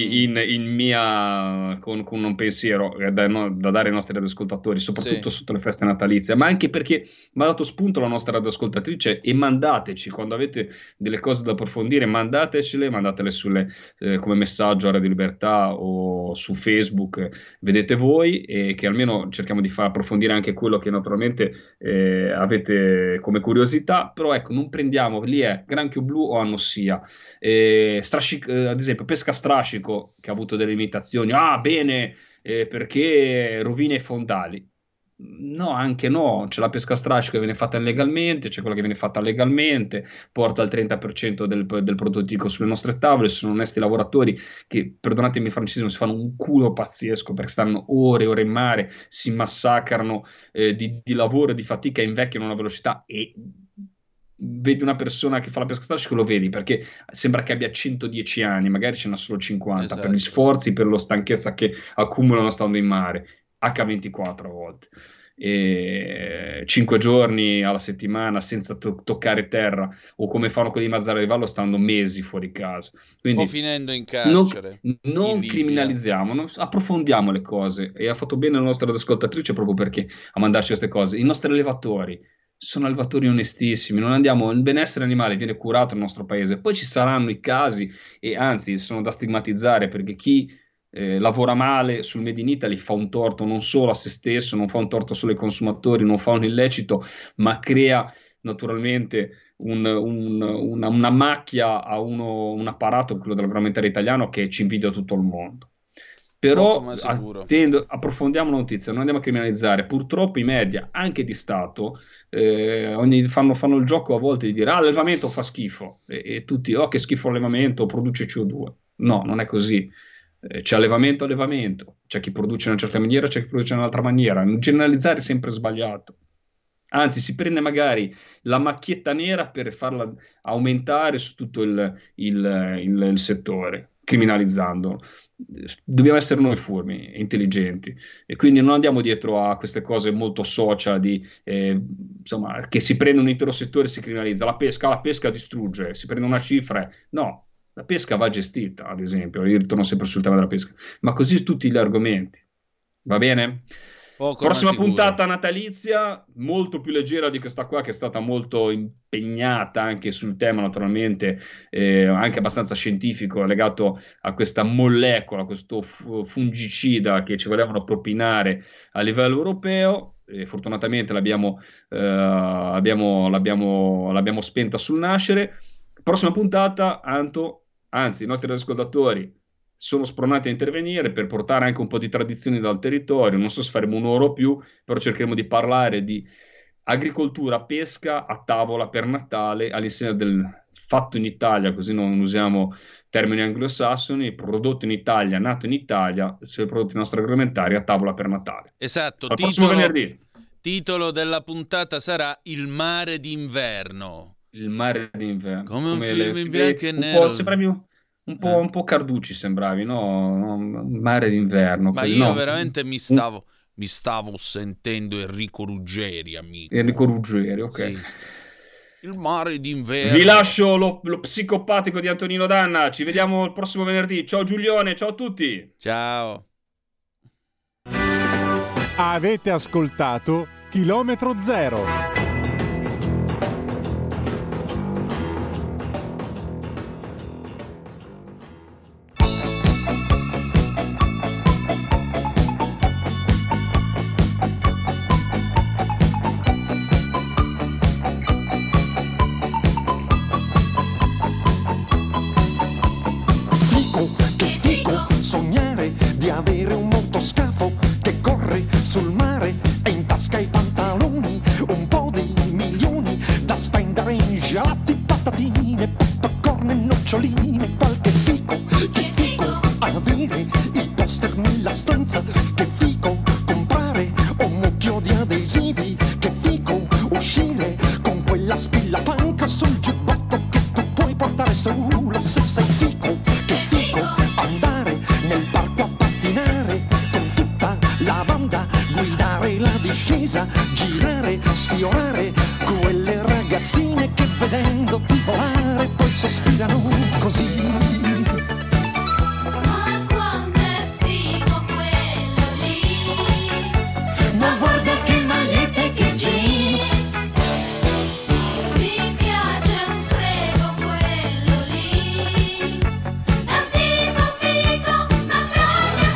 Con un pensiero da dare ai nostri radioascoltatori, soprattutto sotto le feste natalizie, ma anche perché mi ha dato spunto la nostra radioascoltatrice, e mandateci, quando avete delle cose da approfondire, mandatele come messaggio a Radio Libertà o su Facebook, vedete voi, e che almeno cerchiamo di far approfondire anche quello che naturalmente avete come curiosità. Però ecco, non prendiamo, lì è granchio blu o annossia, ad esempio pesca strascico, che ha avuto delle limitazioni, bene, perché rovina i fondali. No, anche no, c'è la pesca strascico che viene fatta illegalmente, c'è quella che viene fatta legalmente, porta al 30% del prodotto ittico sulle nostre tavole. Sono onesti lavoratori che, perdonatemi il francesismo, si fanno un culo pazzesco perché stanno ore e ore in mare, si massacrano di lavoro e di fatica, invecchiano a una velocità, e vedi una persona che fa la pesca strascico, lo vedi perché sembra che abbia 110 anni, magari ce n'ha solo 50, esatto, per gli sforzi, per la stanchezza che accumulano stando in mare, H24 a volte, e 5 giorni alla settimana senza toccare terra, o come fanno quelli di Mazara di Vallo, stando mesi fuori casa. Quindi, o finendo in carcere, non criminalizziamo, approfondiamo le cose, e ha fatto bene la nostra ascoltatrice proprio perché a mandarci queste cose. I nostri allevatori sono allevatori onestissimi, non andiamo, il benessere animale viene curato nel nostro paese. Poi ci saranno i casi, e anzi sono da stigmatizzare, perché chi lavora male sul Made in Italy fa un torto non solo a se stesso, non fa un torto solo ai consumatori, non fa un illecito, ma crea naturalmente una macchia a un apparato, quello dell'agroalimentare italiano, che ci invidia tutto il mondo. Però approfondiamo la notizia, non andiamo a criminalizzare. Purtroppo i media, anche di Stato, fanno il gioco a volte di dire l'allevamento fa schifo, e tutti, che schifo l'allevamento, produce CO2. No, non è così. C'è allevamento, c'è chi produce in una certa maniera, c'è chi produce in un'altra maniera. Generalizzare è sempre sbagliato. Anzi, si prende magari la macchietta nera per farla aumentare su tutto il settore, criminalizzando. Dobbiamo essere noi furbi, intelligenti, e quindi non andiamo dietro a queste cose molto social insomma, che si prende un intero settore e si criminalizza. La pesca distrugge, si prende una cifra. No, la pesca va gestita, ad esempio. Io ritorno sempre sul tema della pesca, ma così tutti gli argomenti. Va bene? Prossima puntata natalizia, molto più leggera di questa qua, che è stata molto impegnata anche sul tema, naturalmente, anche abbastanza scientifico, legato a questa molecola, questo fungicida che ci volevano propinare a livello europeo. Fortunatamente l'abbiamo spenta sul nascere. Prossima puntata, anzi, i nostri ascoltatori sono spronati a intervenire per portare anche un po' di tradizioni dal territorio. Non so se faremo un'ora o più, però cercheremo di parlare di agricoltura, pesca a tavola per Natale, all'insegna del fatto in Italia, così non usiamo termini anglosassoni, prodotto in Italia, nato in Italia, cioè prodotti nostri agroalimentari a tavola per Natale. Esatto, al prossimo venerdì. Titolo della puntata sarà Il mare d'inverno. Il mare d'inverno. Come un film in bianco e nero. Sembravi un po' Carducci, sembravi, no? Mare d'inverno. Ma io veramente mi stavo sentendo Enrico Ruggeri, amico. Enrico Ruggeri, ok. Sì. Il mare d'inverno. Vi lascio lo psicopatico di Antonino Danna. Ci vediamo il prossimo venerdì. Ciao Giulione, ciao a tutti. Ciao. Avete ascoltato Chilometro Zero. Sognare di avere un motoscafo che corre sul mare e in tasca i pantaloni, un po' di milioni da spendere in gelati, patatine, popcorn e noccioline, qualche fico, che fico, avere i poster nella stanza, che fico, comprare un mucchio di adesivi, che fico, uscire con quella spilla panca sul giubbotto che tu puoi portare solo se sei fico, che fico, andare nel parco a pattinare con tutta la banda, guidare la discesa, girare, sfiorare quelle ragazzine che vedendoti volare poi sospirano così. Ma quanto è figo quello lì, Ma guarda che magliette, che jeans, mi piace un frego quello lì, è un tipo figo, ma proprio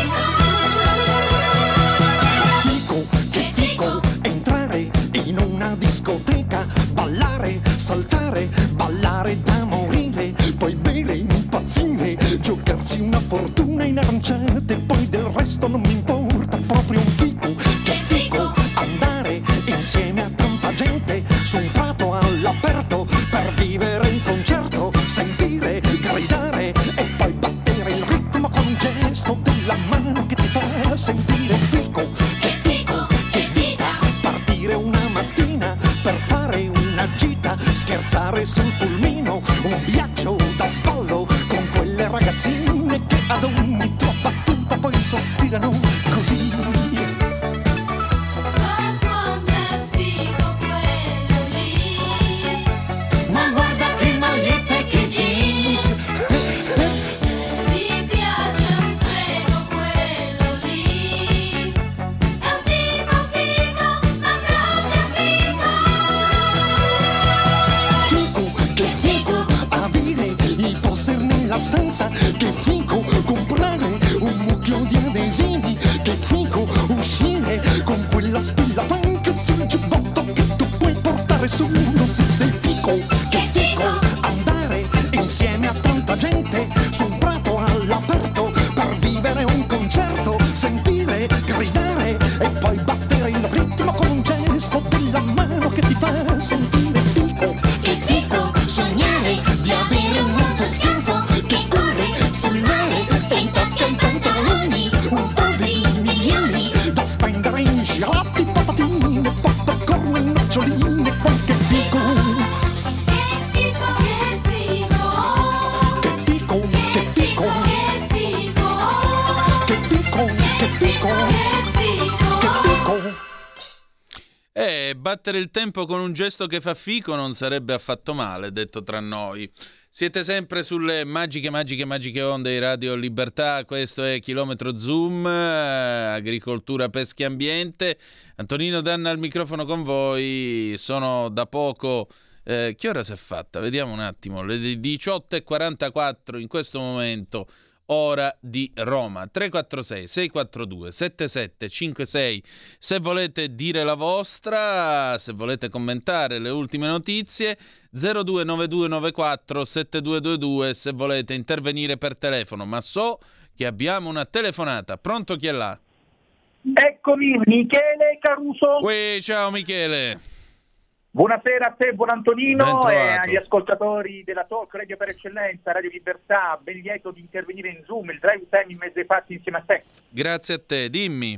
fico, che fico, entrare in una discoteca, ballare, saltare, ballare da morire, poi bere, impazzire, giocarsi una fortuna in aranciate, poi del resto non mi importa, proprio un fico, che fico, andare insieme a tanta gente su un prato all'aperto per vivere un concerto, sentire, gridare e poi battere il ritmo con un gesto della mano che ti fa sentire fico, che fico, che vita, partire una mattina per fare una gita, scherzare sul pulmino, un viaggio da spallo con quelle ragazzine che ad ogni tua battuta poi sospirano così. Ma quanto è figo quello lì, Ma guarda che magliette, che jeans, mi piace un frego quello lì, è un tipo figo, ma proprio fico, che fico, avere i poster nella stanza, che fico, comprare un mucchio di adesivi, che fico, uscire con quella spilla panca sul giubbotto che tu puoi portare solo se sei fico, che fico, andare insieme a tanta gente su un prato all'aperto per vivere un concerto, sentire, gridare e poi battere il ritmo con un gesto della mano che ti fa sentire fico, che figo, sognare di avere un motoscafo che corre sul mare e in tasca i pantaloni, un po' di milioni da spendere in gelati, patatine, popcorn e noccioline, qualche fico, che figo, che fico, che fico, che figo, che fico, che fico, che fico. Battere il tempo con un gesto che fa fico non sarebbe affatto male, detto tra noi. Siete sempre sulle magiche onde di Radio Libertà. Questo è Chilometro Zoom, agricoltura, pesca e ambiente. Antonino Danna al microfono con voi. Sono da poco... che ora si è fatta? Vediamo un attimo. Le 18:44 in questo momento, ora di Roma. 346 642 7756 se volete dire la vostra, se volete commentare le ultime notizie. 029294 7222 se volete intervenire per telefono. Ma so che abbiamo una telefonata. Pronto, chi è là? Eccomi, Michele Caruso. Ciao Michele. Buonasera a te, buon Antonino, e Bentrovato. agli ascoltatori della Talk Radio per eccellenza, Radio Libertà. Ben lieto di intervenire in Zoom, il drive time in mezzo ai fatti insieme a te. Grazie a te, dimmi.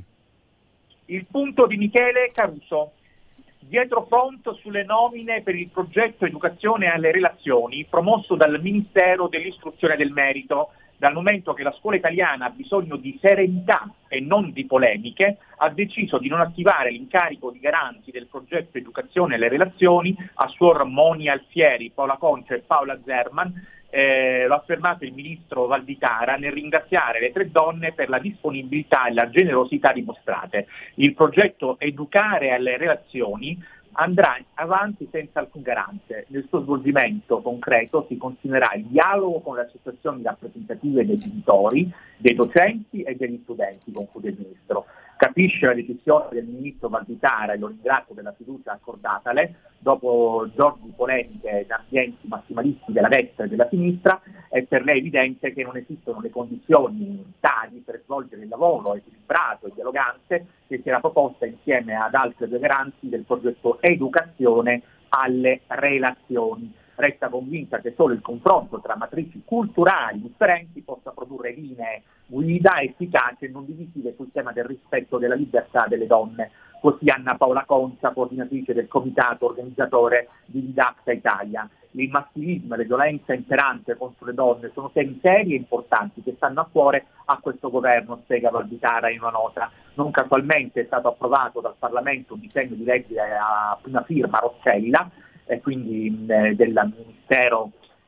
Il punto di Michele Caruso. Dietro front sulle nomine per il progetto Educazione alle Relazioni promosso dal Ministero dell'Istruzione e del Merito. Dal momento che la scuola italiana ha bisogno di serenità e non di polemiche, ha deciso di non attivare l'incarico di garanti del progetto Educazione alle Relazioni a suor Moni Alfieri, Paola Concia e Paola Zerman. Lo ha affermato il ministro Valditara nel ringraziare le 3 donne per la disponibilità e la generosità dimostrate. Il progetto Educare alle Relazioni andrà avanti senza alcun garante. Nel suo svolgimento concreto si continuerà il dialogo con le associazioni rappresentative dei genitori, dei docenti e degli studenti, conclude il ministro. Capisce la decisione del ministro Valditara e lo ringrazio della fiducia accordatale. Dopo giorni di polemiche da ambienti massimalisti della destra e della sinistra, è per lei evidente che non esistono le condizioni tali per svolgere il lavoro equilibrato e dialogante che si era proposta insieme ad altre due garanti del progetto Educazione alle Relazioni. Resta convinta che solo il confronto tra matrici culturali differenti possa produrre linee guida efficaci e non divisive sul tema del rispetto della libertà delle donne. Così Anna Paola Concia, coordinatrice del comitato organizzatore di Didacta Italia. Il maschilismo e la violenza imperante contro le donne sono temi seri e importanti che stanno a cuore a questo governo, spiega Valditara in una nota. Non casualmente è stato approvato dal Parlamento un disegno di legge a prima firma Roccella, e quindi del Ministero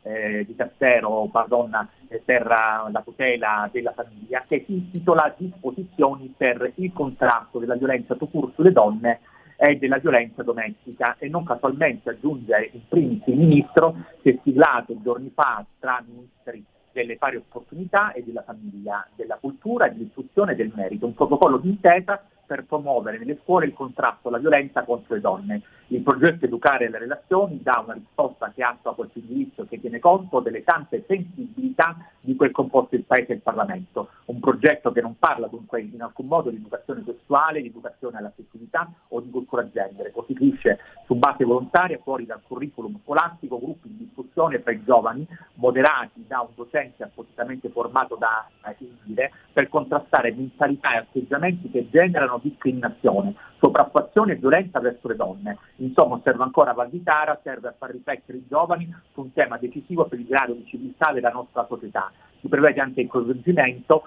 per la tutela della famiglia, che si intitola Disposizioni per il contrasto della violenza tout court sulle donne e della violenza domestica, e non casualmente, aggiunge in primis il ministro, si è siglato giorni fa tra ministri delle pari opportunità e della famiglia, della cultura, dell'istruzione e del merito, un protocollo d'intesa per promuovere nelle scuole il contrasto alla violenza contro le donne. Il progetto Educare alle Relazioni dà una risposta che attua questo indirizzo, che tiene conto delle tante sensibilità di cui è composto il Paese e il Parlamento. Un progetto che non parla dunque in alcun modo di educazione sessuale, di educazione alla sessualità o di cultura genere. Costituisce su base volontaria, fuori dal curriculum scolastico, gruppi di discussione fra i giovani, moderati da un docente appositamente formato da Indire, per contrastare mentalità e atteggiamenti che generano discriminazione, sopraffazione e violenza verso le donne. Insomma, osserva ancora Valditara, serve a far riflettere i giovani su un tema decisivo per il grado di civiltà della nostra società. Si prevede anche il coinvolgimento,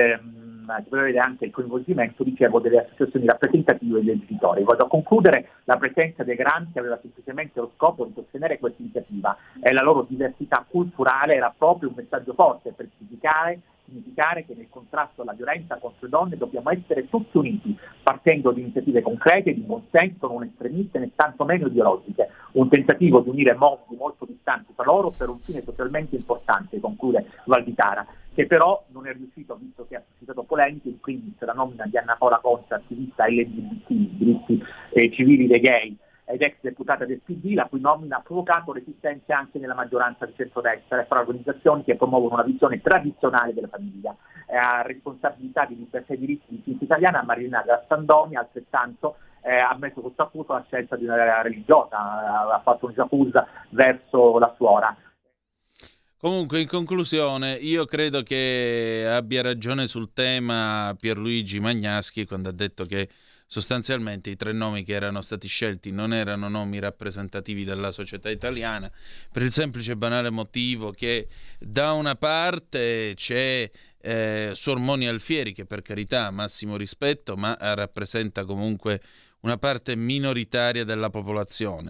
dicevo, delle associazioni rappresentative dei genitori. Vado a concludere. La presenza dei garanti aveva semplicemente lo scopo di sostenere questa iniziativa, e la loro diversità culturale era proprio un messaggio forte per significare che nel contrasto alla violenza contro le donne dobbiamo essere tutti uniti, partendo da iniziative concrete, di buon senso, non estremiste né tantomeno ideologiche. Un tentativo di unire mondi molto distanti tra loro per un fine socialmente importante, conclude Valditara, che però non è riuscito, visto che ha suscitato polemiche, in primis la nomina di Anna Paola Concia, attivista LGBT, diritti civili dei gay, ed ex deputata del PD, la cui nomina ha provocato resistenze anche nella maggioranza di centrodestra e fra organizzazioni che promuovono una visione tradizionale della famiglia. A responsabilità di libertà e diritti di Sinistra Italiana, Marina Grassandoni altrettanto ha messo sotto accusa la scelta di una religiosa, ha fatto un jacuzza verso la suora. Comunque, in conclusione, io credo che abbia ragione sul tema Pierluigi Magnaschi quando ha detto che sostanzialmente i 3 nomi che erano stati scelti non erano nomi rappresentativi della società italiana, per il semplice e banale motivo che da una parte c'è Suor Moni Alfieri, che per carità massimo rispetto, ma rappresenta comunque una parte minoritaria della popolazione,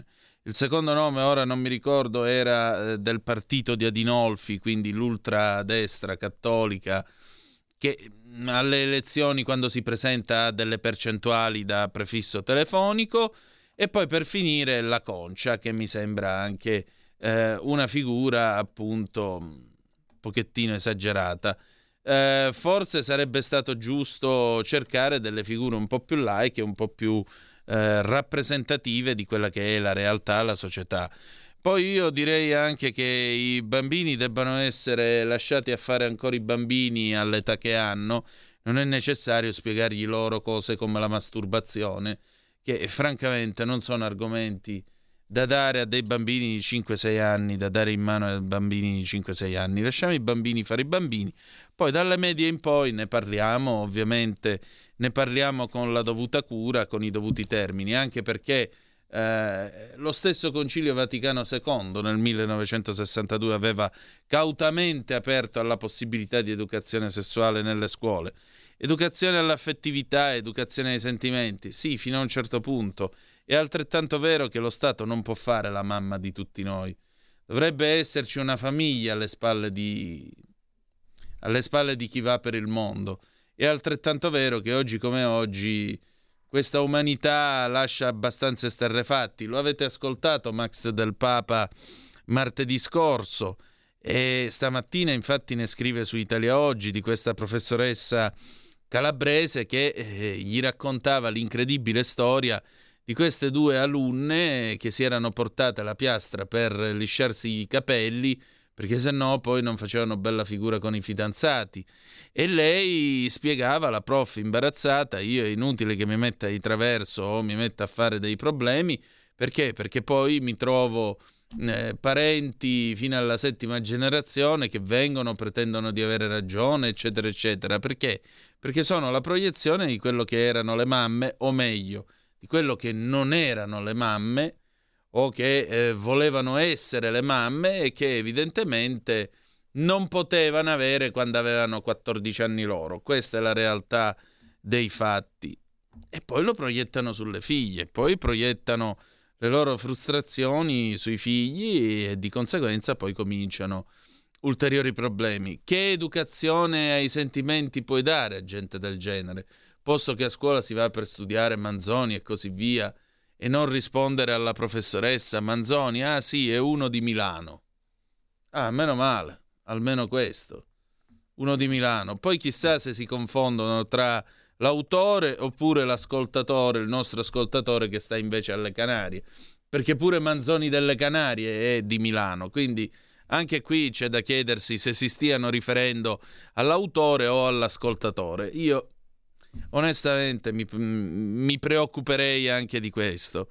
il secondo nome ora non mi ricordo, era del partito di Adinolfi, quindi l'ultradestra cattolica, che alle elezioni quando si presenta ha delle percentuali da prefisso telefonico, e poi per finire la Concia, che mi sembra anche una figura appunto un pochettino esagerata. Forse sarebbe stato giusto cercare delle figure un po' più laiche, un po' più rappresentative di quella che è la realtà, la società. Poi io direi anche che i bambini debbano essere lasciati a fare ancora i bambini all'età che hanno, non è necessario spiegargli loro cose come la masturbazione, che francamente non sono argomenti da dare a dei bambini di 5-6 anni, da dare in mano ai bambini di 5-6 anni. Lasciamo i bambini fare i bambini, poi dalle medie in poi ne parliamo, ovviamente ne parliamo con la dovuta cura, con i dovuti termini, anche perché lo stesso Concilio Vaticano II nel 1962 aveva cautamente aperto alla possibilità di educazione sessuale nelle scuole. Educazione all'affettività, educazione ai sentimenti, sì, fino a un certo punto. È altrettanto vero che lo Stato non può fare la mamma di tutti noi. Dovrebbe esserci una famiglia alle spalle di chi va per il mondo. È altrettanto vero che oggi come oggi questa umanità lascia abbastanza esterrefatti. Lo avete ascoltato Max del Papa martedì scorso, e stamattina infatti ne scrive su Italia Oggi di questa professoressa calabrese che gli raccontava l'incredibile storia di queste due alunne che si erano portate alla piastra per lisciarsi i capelli, perché sennò poi non facevano bella figura con i fidanzati. E lei spiegava, la prof imbarazzata: io è inutile che mi metta di traverso o mi metta a fare dei problemi, perché poi mi trovo parenti fino alla 7ª generazione che vengono, pretendono di avere ragione, eccetera eccetera. Perché sono la proiezione di quello che erano le mamme, o meglio di quello che non erano le mamme, o che volevano essere le mamme e che evidentemente non potevano avere quando avevano 14 anni loro. Questa è la realtà dei fatti. E poi lo proiettano sulle figlie, poi proiettano le loro frustrazioni sui figli e di conseguenza poi cominciano ulteriori problemi. Che educazione ai sentimenti puoi dare a gente del genere, posto che a scuola si va per studiare Manzoni e così via, e non rispondere alla professoressa: Manzoni, ah sì, è uno di Milano. Ah, meno male, almeno questo, uno di Milano. Poi chissà se si confondono tra l'autore oppure l'ascoltatore, il nostro ascoltatore che sta invece alle Canarie, perché pure Manzoni delle Canarie è di Milano, quindi anche qui c'è da chiedersi se si stiano riferendo all'autore o all'ascoltatore. Io onestamente mi preoccuperei anche di questo.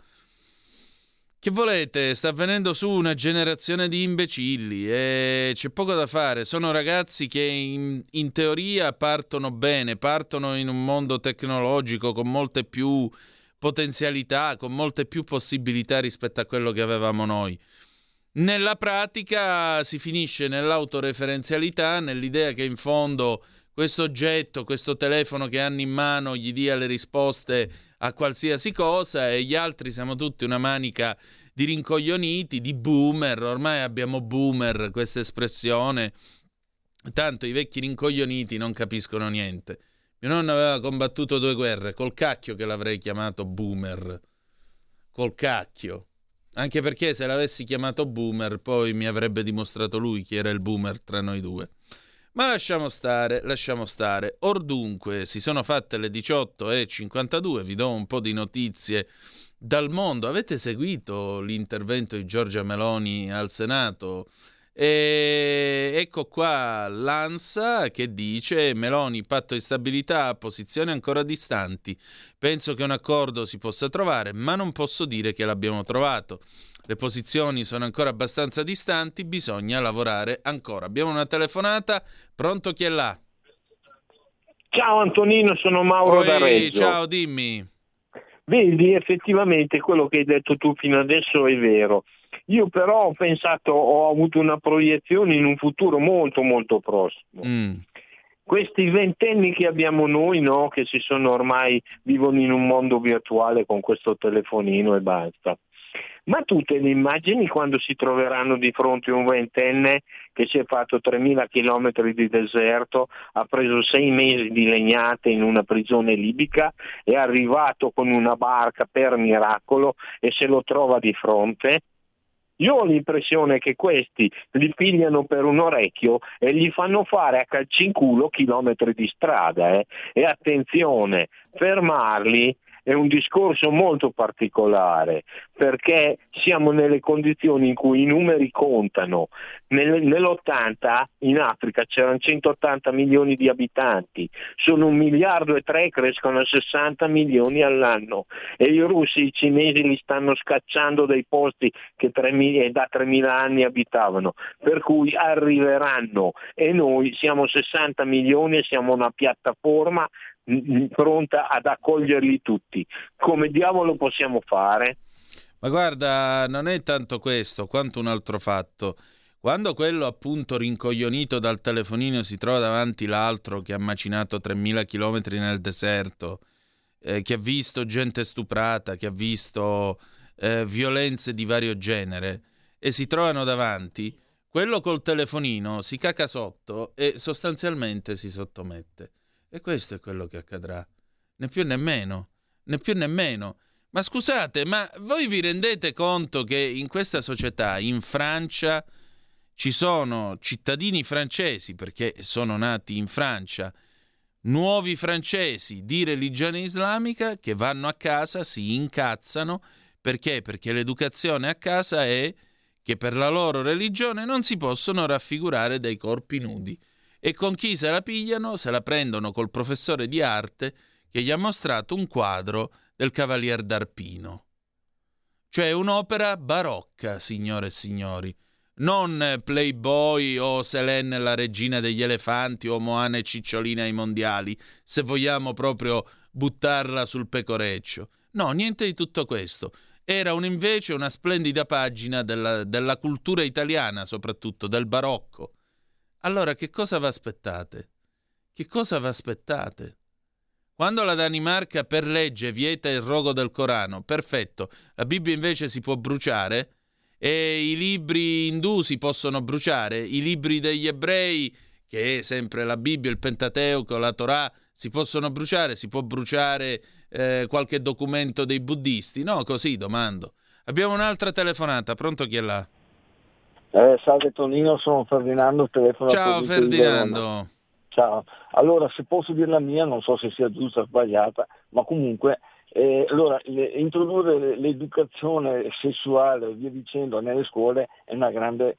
Che volete? Sta venendo su una generazione di imbecilli e c'è poco da fare. Sono ragazzi che in teoria partono bene, partono in un mondo tecnologico con molte più potenzialità, con molte più possibilità rispetto a quello che avevamo noi. Nella pratica si finisce nell'autoreferenzialità, nell'idea che in fondo questo oggetto, questo telefono che hanno in mano gli dia le risposte a qualsiasi cosa, e gli altri siamo tutti una manica di rincoglioniti, di boomer. Ormai abbiamo boomer, questa espressione, tanto i vecchi rincoglioniti non capiscono niente. Mio nonno aveva combattuto 2 guerre, col cacchio che l'avrei chiamato boomer, col cacchio, anche perché se l'avessi chiamato boomer poi mi avrebbe dimostrato lui chi era il boomer tra noi due. Ma lasciamo stare. Or dunque, si sono fatte le 18:52, vi do un po' di notizie dal mondo. Avete seguito l'intervento di Giorgia Meloni al Senato? E ecco qua l'ANSA che dice: Meloni, patto di stabilità, posizioni ancora distanti. Penso che un accordo si possa trovare, ma non posso dire che l'abbiamo trovato. Le posizioni sono ancora abbastanza distanti, bisogna lavorare ancora. Abbiamo una telefonata, pronto, chi è là? Ciao Antonino, sono Mauro da Reggio. Ciao, dimmi. Vedi, effettivamente quello che hai detto tu fino adesso è vero. Io però ho avuto una proiezione in un futuro molto molto prossimo. Questi 20enni che abbiamo noi, no, che vivono in un mondo virtuale con questo telefonino e basta. Ma tu te ne immagini quando si troveranno di fronte un ventenne che si è fatto 3.000 chilometri di deserto, ha preso 6 mesi di legnate in una prigione libica, è arrivato con una barca per miracolo e se lo trova di fronte? Io ho l'impressione che questi li pigliano per un orecchio e gli fanno fare a calci in culo chilometri di strada. E attenzione, fermarli è un discorso molto particolare, perché siamo nelle condizioni in cui i numeri contano. Nell'80 in Africa c'erano 180 milioni di abitanti, sono 1,3 miliardi, crescono a 60 milioni all'anno e i russi e i cinesi li stanno scacciando dai posti che da 3.000 anni abitavano, per cui arriveranno e noi siamo 60 milioni e siamo una piattaforma pronta ad accoglierli tutti. Come diavolo possiamo fare? Ma guarda, non è tanto questo quanto un altro fatto. Quando quello appunto rincoglionito dal telefonino si trova davanti l'altro che ha macinato 3.000 chilometri nel deserto, che ha visto gente stuprata, che ha visto violenze di vario genere, e si trovano davanti, quello col telefonino si caca sotto e sostanzialmente si sottomette. E questo è quello che accadrà. Né più né meno. Né più né meno. Ma scusate, ma voi vi rendete conto che in questa società, in Francia, ci sono cittadini francesi, perché sono nati in Francia, nuovi francesi di religione islamica, che vanno a casa, si incazzano. Perché? Perché l'educazione a casa è che per la loro religione non si possono raffigurare dei corpi nudi. E con chi se la pigliano? Se la prendono col professore di arte che gli ha mostrato un quadro del Cavalier d'Arpino. Cioè un'opera barocca, signore e signori. Non Playboy o Selene la regina degli elefanti o Moana e Cicciolina ai mondiali, se vogliamo proprio buttarla sul pecoreccio. No, niente di tutto questo. Era invece una splendida pagina della cultura italiana, soprattutto del barocco. Allora che cosa vi aspettate? Che cosa vi aspettate? Quando la Danimarca per legge vieta il rogo del Corano, perfetto, la Bibbia invece si può bruciare e i libri indù si possono bruciare, i libri degli ebrei, che è sempre la Bibbia, il Pentateuco, la Torah, si possono bruciare, si può bruciare qualche documento dei buddisti? No, così domando. Abbiamo un'altra telefonata, pronto, chi è là? Salve Tonino, sono Ferdinando, telefono. Ciao Ferdinando. Ciao, allora se posso dire la mia, non so se sia giusta o sbagliata, ma comunque allora, introdurre l'educazione sessuale e via dicendo nelle scuole è una grande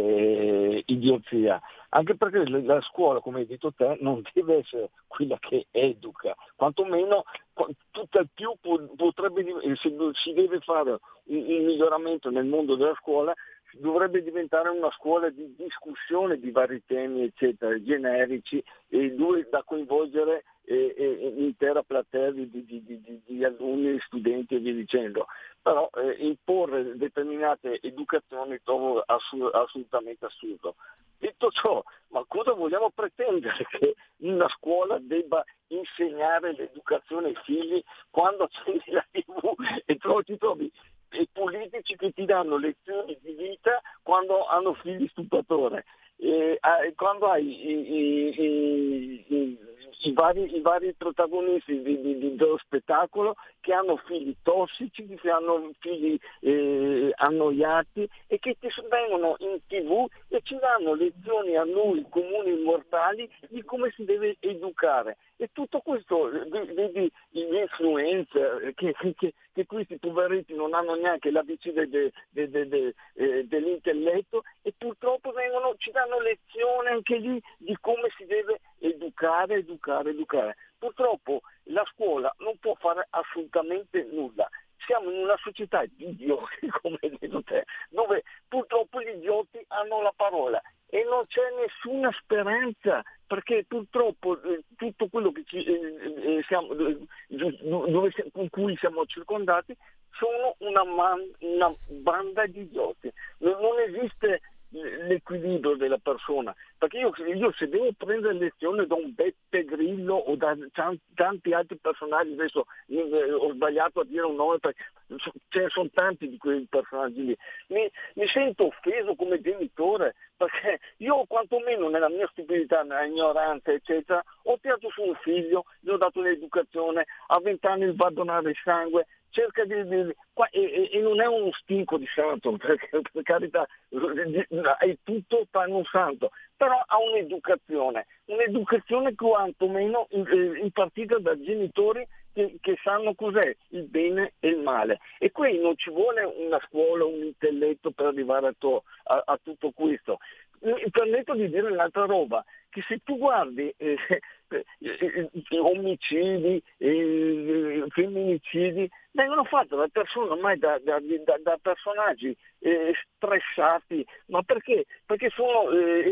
idiozia, anche perché la scuola, come hai detto te, non deve essere quella che educa, quantomeno tutt'al più potrebbe, se si deve fare un miglioramento nel mondo della scuola, dovrebbe diventare una scuola di discussione di vari temi, eccetera, generici, da coinvolgere intera platea di alunni, studenti e via dicendo. Però imporre determinate educazioni trovo assolutamente assurdo. Detto ciò, ma cosa vogliamo pretendere? Che una scuola debba insegnare l'educazione ai figli quando accendi la TV e ti trovi i politici che ti danno lezioni di vita quando hanno figli stupratori, quando hai i vari protagonisti dello spettacolo che hanno figli tossici, che hanno figli annoiati e che ti vengono in TV e ci danno lezioni a noi comuni mortali di come si deve educare. E tutto questo, vedi l'influenza, che questi poveretti non hanno neanche l'ABC dell'intelletto e purtroppo ci danno lezioni anche lì di come si deve educare. Purtroppo la scuola non può fare assolutamente nulla. Siamo in una società di idioti, come hai detto te, dove purtroppo gli idioti hanno la parola e non c'è nessuna speranza, perché purtroppo tutto quello che con cui siamo circondati sono una banda di idioti. Non esiste l'equilibrio della persona, perché io se devo prendere lezione da un Beppe Grillo o da tanti altri personaggi, adesso ho sbagliato a dire un nome perché ce ne sono tanti di quei personaggi lì, mi sento offeso come genitore, perché io quantomeno nella mia stupidità, nella ignoranza eccetera, ho tirato su un figlio, gli ho dato l'educazione, a 20 anni va a donare il sangue, cerca e non è uno stinco di santo, perché per carità è tutto tranne un santo, però ha un'educazione quantomeno impartita da genitori che sanno cos'è il bene e il male, e qui non ci vuole una scuola, un intelletto per arrivare a tutto questo. Mi permetto di dire un'altra roba, che se tu guardi omicidi, femminicidi, vengono fatti da persone ormai da personaggi stressati, ma perché? Perché sono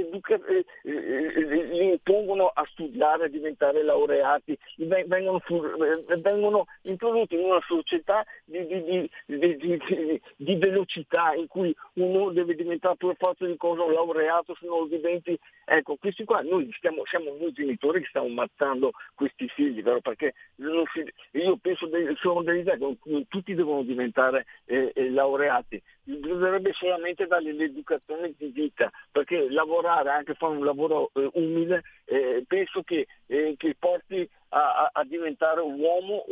li impongono a studiare, a diventare laureati, vengono introdotti in una società di velocità in cui uno deve diventare per forza di cosa un laureato, se non lo diventi. Ecco, questi qua siamo noi genitori che stiamo ammazzando questi figli, vero? Perché io penso sono dell'idea che tutti devono diventare laureati, bisognerebbe solamente dargli l'educazione di vita, perché lavorare, anche fare un lavoro umile, penso che porti a diventare un uomo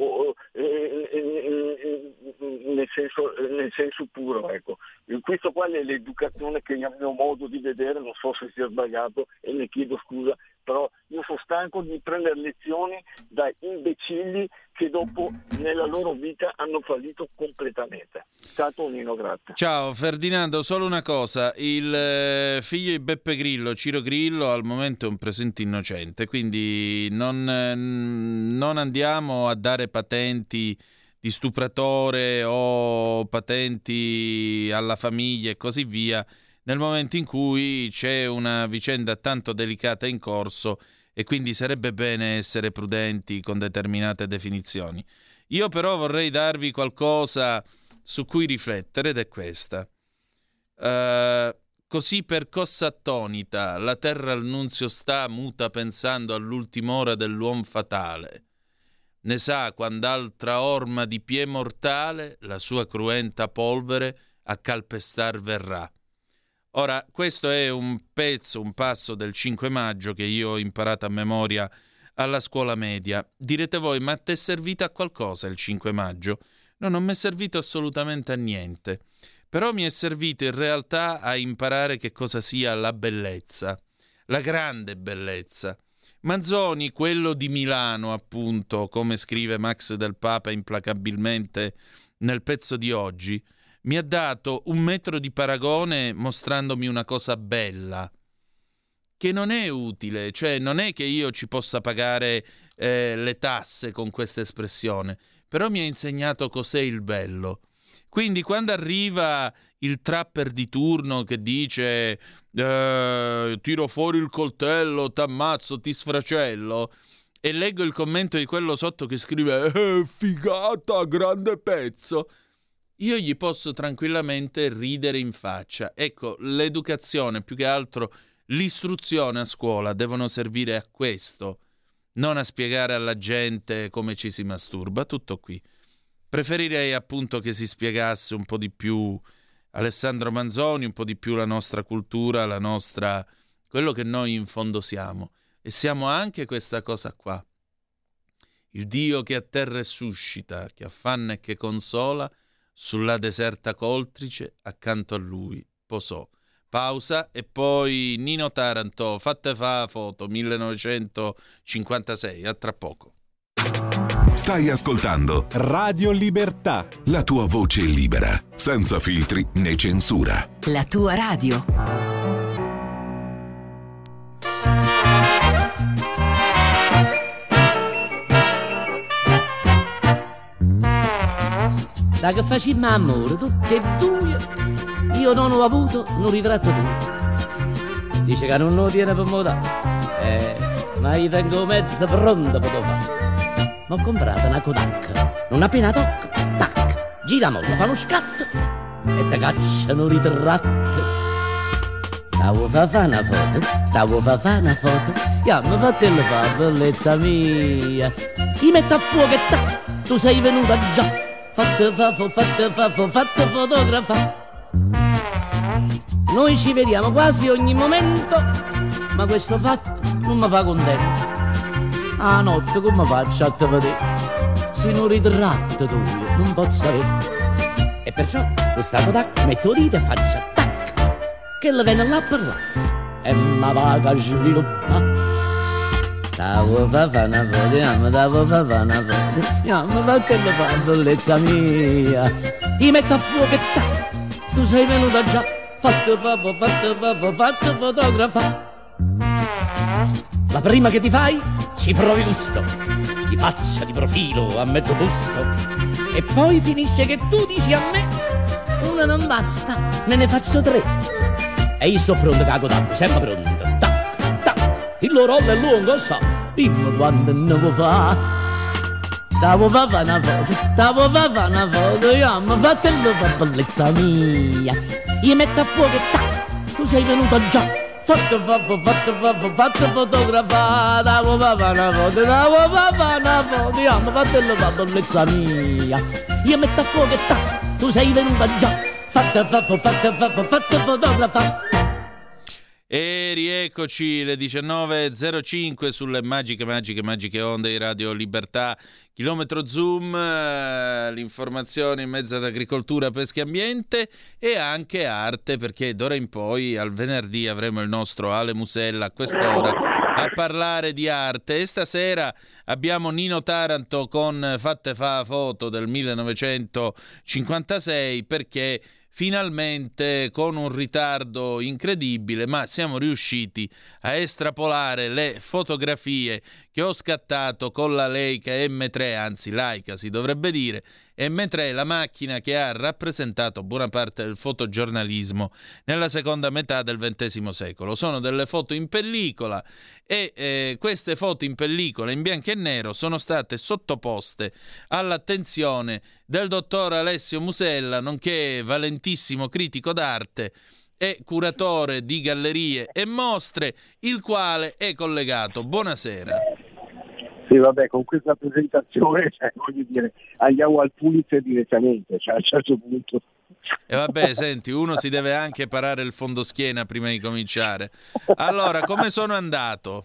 nel senso puro, ecco. Questo qua è l'educazione che a mio modo di vedere, non so se sia sbagliato e ne chiedo scusa, però io sono stanco di prendere lezioni da imbecilli che dopo nella loro vita hanno fallito completamente. Ciao Tonino, grazie. Ciao Ferdinando, solo una cosa, il figlio di Beppe Grillo, Ciro Grillo, al momento è un presente innocente, quindi non andiamo a dare patenti di stupratore o patenti alla famiglia e così via nel momento in cui c'è una vicenda tanto delicata in corso, e quindi sarebbe bene essere prudenti con determinate definizioni. Io però vorrei darvi qualcosa su cui riflettere, ed è questa. Così per cossa attonita la terra al nunzio sta, muta pensando all'ultima ora dell'uom fatale. Ne sa quand'altra orma di pie mortale la sua cruenta polvere a calpestar verrà. Ora, questo è un passo del 5 maggio che io ho imparato a memoria alla scuola media. Direte voi, ma ti è servito a qualcosa il 5 maggio? No, non mi è servito assolutamente a niente. Però mi è servito in realtà a imparare che cosa sia la bellezza, la grande bellezza. Manzoni, quello di Milano, appunto, come scrive Max Del Papa implacabilmente nel pezzo di oggi, mi ha dato un metro di paragone mostrandomi una cosa bella, che non è utile, cioè non è che io ci possa pagare le tasse con questa espressione, però mi ha insegnato cos'è il bello. Quindi quando arriva il trapper di turno che dice tiro fuori il coltello, t'ammazzo, ti sfracello, e leggo il commento di quello sotto che scrive figata, grande pezzo, io gli posso tranquillamente ridere in faccia. Ecco, l'educazione, più che altro l'istruzione a scuola, devono servire a questo, non a spiegare alla gente come ci si masturba. Tutto qui. Preferirei appunto che si spiegasse un po' di più Alessandro Manzoni, un po' di più la nostra cultura, la nostra, quello che noi in fondo siamo. E siamo anche questa cosa qua. Il Dio che atterra e suscita, che affanna e che consola, sulla deserta coltrice accanto a lui posò. Pausa e poi Nino Taranto, fatte fa foto, 1956, a tra poco. Stai ascoltando Radio Libertà, la tua voce libera, senza filtri né censura. La tua radio. Da che facciamo amore, tutti e due, io non ho avuto un ritratto tuo. Dice che non lo tiene per moda, ma io tengo mezza pronta per lo fare. Ma ho comprato una Kodak, non appena tocco, tac, gira molto, fa uno scatto e ti cacciano un ritratto. Stavo fa una foto, mi fatelo fa, bellezza mia. Ti metto a fuoco e tu sei venuta già, fatte fotografare. Noi ci vediamo quasi ogni momento, ma questo fatto non mi fa contento. A notte come faccio a te vedere, se non ritratto tu non posso avere. E perciò questa tac, metto dito e faccio tac, che le viene là per là e ma va a sviluppare. Stavo fa una foto, stavo fa una foto, ma che le fa bellezza mia. Ti metto a fuoco e tac, tu sei venuta già, fatte fotografa. La prima che ti fai, ci provi gusto, di faccia, di profilo, a mezzo busto. E poi finisce che tu dici a me, una non basta, ne faccio 3. E io sto pronto, cago tanto, sempre pronto. Tac, tac, il loro è lungo, so, dimmi quando ne vuoi fa. Stavo fa una foto, io mi fatelo fa bellezza mia. Io metto a fuoco e tac, tu sei venuto già, fatte fotografare. Stavo fa una foto, io mi fatelo fa bellezza mia. Io metto a fuoco e tac, tu sei venuta già, fatte fotografare. E rieccoci le 19.05 sulle magiche onde di Radio Libertà, chilometro zoom, l'informazione in mezzo ad agricoltura, pesca e ambiente e anche arte, perché d'ora in poi al venerdì avremo il nostro Ale Musella a quest'ora a parlare di arte. E stasera abbiamo Nino Taranto con Fatte fa foto del 1956, perché finalmente, con un ritardo incredibile, ma siamo riusciti a estrapolare le fotografie che ho scattato con la Leica M3, anzi Leica si dovrebbe dire, M3, la macchina che ha rappresentato buona parte del fotogiornalismo nella seconda metà del XX secolo. Sono delle foto in pellicola e queste foto in pellicola in bianco e nero sono state sottoposte all'attenzione del dottor Alessio Musella, nonché valentissimo critico d'arte e curatore di gallerie e mostre, il quale è collegato. Buonasera. Sì, vabbè, con questa presentazione, voglio dire, andiamo al Pulitzer direttamente, a un certo punto. E vabbè, senti, uno si deve anche parare il fondoschiena prima di cominciare. Allora, come sono andato?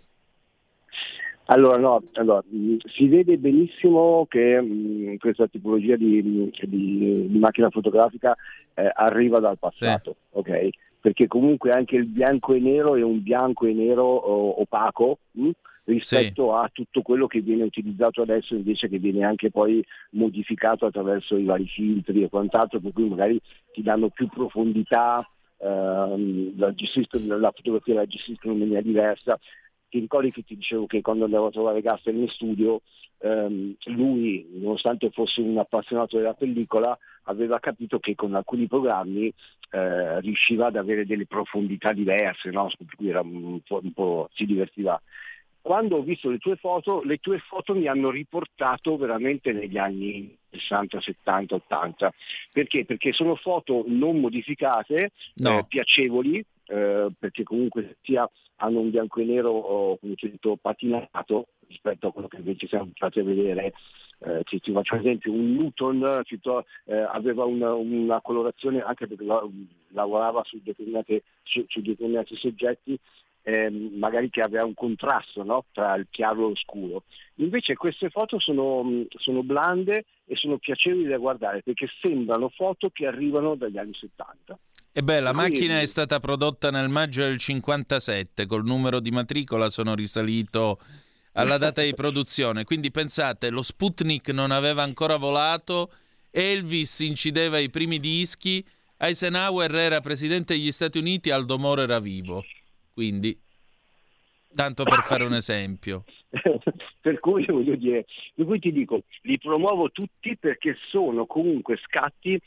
Allora, si vede benissimo che questa tipologia di macchina fotografica arriva dal passato, sì. Ok? Perché comunque anche il bianco e nero è un bianco e nero opaco, rispetto a tutto quello che viene utilizzato adesso, invece, che viene anche poi modificato attraverso i vari filtri e quant'altro, per cui magari ti danno più profondità, la fotografia la gestiscono in maniera diversa. Ti ricordi che ti dicevo che quando andavo a trovare Gaster in studio, lui, nonostante fosse un appassionato della pellicola, aveva capito che con alcuni programmi riusciva ad avere delle profondità diverse, no? Per cui era un po' si divertiva. Quando ho visto le tue foto mi hanno riportato veramente negli anni 60, 70, 80. Perché? Perché sono foto non modificate, piacevoli, perché comunque sia hanno un bianco e nero, come ti ho detto, patinato rispetto a quello che invece siamo stati a vedere. Ti faccio esempio, un Newton aveva una colorazione, anche perché lavorava su determinati soggetti, magari che aveva un contrasto, no? Tra il chiaro e lo scuro. Invece queste foto sono blande e sono piacevoli da guardare, perché sembrano foto che arrivano dagli anni 70. E beh, la macchina è stata prodotta nel maggio del 57, col numero di matricola sono risalito alla data di produzione, quindi pensate, lo Sputnik non aveva ancora volato, Elvis incideva i primi dischi, Eisenhower era presidente degli Stati Uniti, Aldo Moro era vivo. Quindi, tanto per fare un esempio. Per cui voglio dire, per cui ti dico, li promuovo tutti perché sono comunque scatti